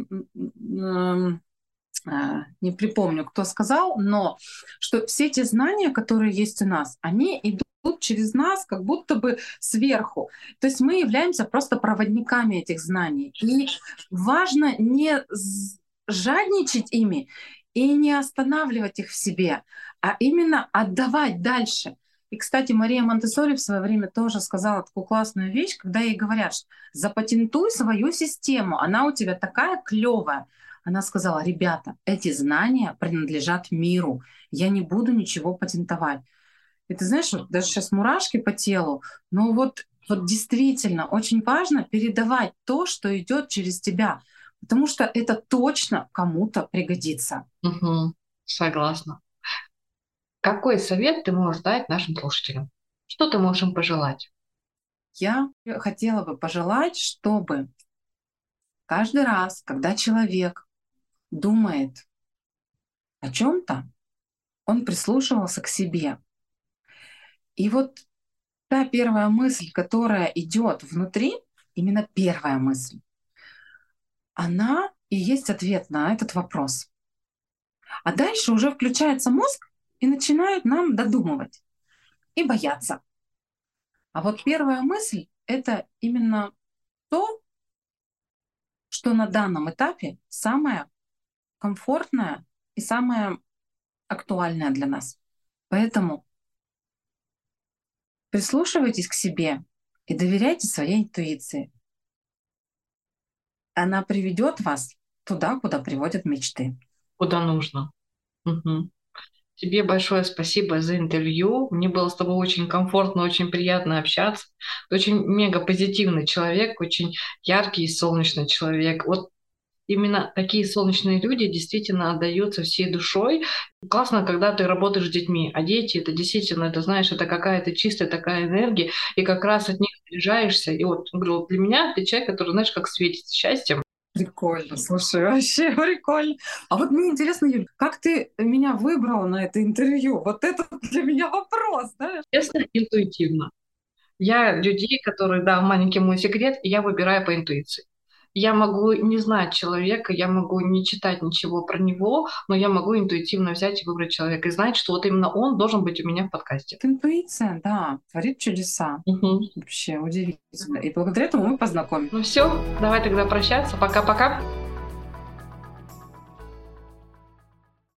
не припомню, кто сказал, но что все те знания, которые есть у нас, они идут через нас как будто бы сверху. То есть мы являемся просто проводниками этих знаний. И важно не жадничать ими и не останавливать их в себе, а именно отдавать дальше. И, кстати, Мария Монтессори в свое время тоже сказала такую классную вещь, когда ей говорят, что запатентуй свою систему, она у тебя такая клевая. Она сказала: ребята, эти знания принадлежат миру, я не буду ничего патентовать. И ты знаешь, вот даже сейчас мурашки по телу, но вот действительно очень важно передавать то, что идет через тебя, потому что это точно кому-то пригодится. Мгм. Согласна. Какой совет ты можешь дать нашим слушателям? Что ты можешь им пожелать? Я хотела бы пожелать, чтобы каждый раз, когда человек думает о чем-то, он прислушивался к себе. И вот та первая мысль, которая идет внутри, именно первая мысль, она и есть ответ на этот вопрос. А дальше уже включается мозг и начинает нам додумывать и бояться. А вот первая мысль — это именно то, что на данном этапе самое комфортное и самое актуальное для нас. Поэтому прислушивайтесь к себе и доверяйте своей интуиции. Она приведет вас туда, куда приводят мечты. Куда нужно. Мгм. Тебе большое спасибо за интервью. Мне было с тобой очень комфортно, очень приятно общаться. Ты очень мега позитивный человек, очень яркий и солнечный человек. Вот именно такие солнечные люди действительно отдаются всей душой. Классно, когда ты работаешь с детьми, а дети — это действительно, это знаешь, это какая-то чистая такая энергия, и как раз от них заряжаешься. И вот, говорю, вот для меня ты человек, который, знаешь, как светится счастьем. Прикольно, слушай, вообще прикольно. А вот мне интересно, Юль, как ты меня выбрала на это интервью? Вот это для меня вопрос, знаешь? Честно, интуитивно. Я людей, которые, да, маленький мой секрет, я выбираю по интуиции. Я могу не знать человека, я могу не читать ничего про него, но я могу интуитивно взять и выбрать человека и знать, что вот именно он должен быть у меня в подкасте. Интуиция, да, творит чудеса. Мгм. Вообще удивительно. И благодаря этому мы познакомились. Ну все, давай тогда прощаться. Пока-пока.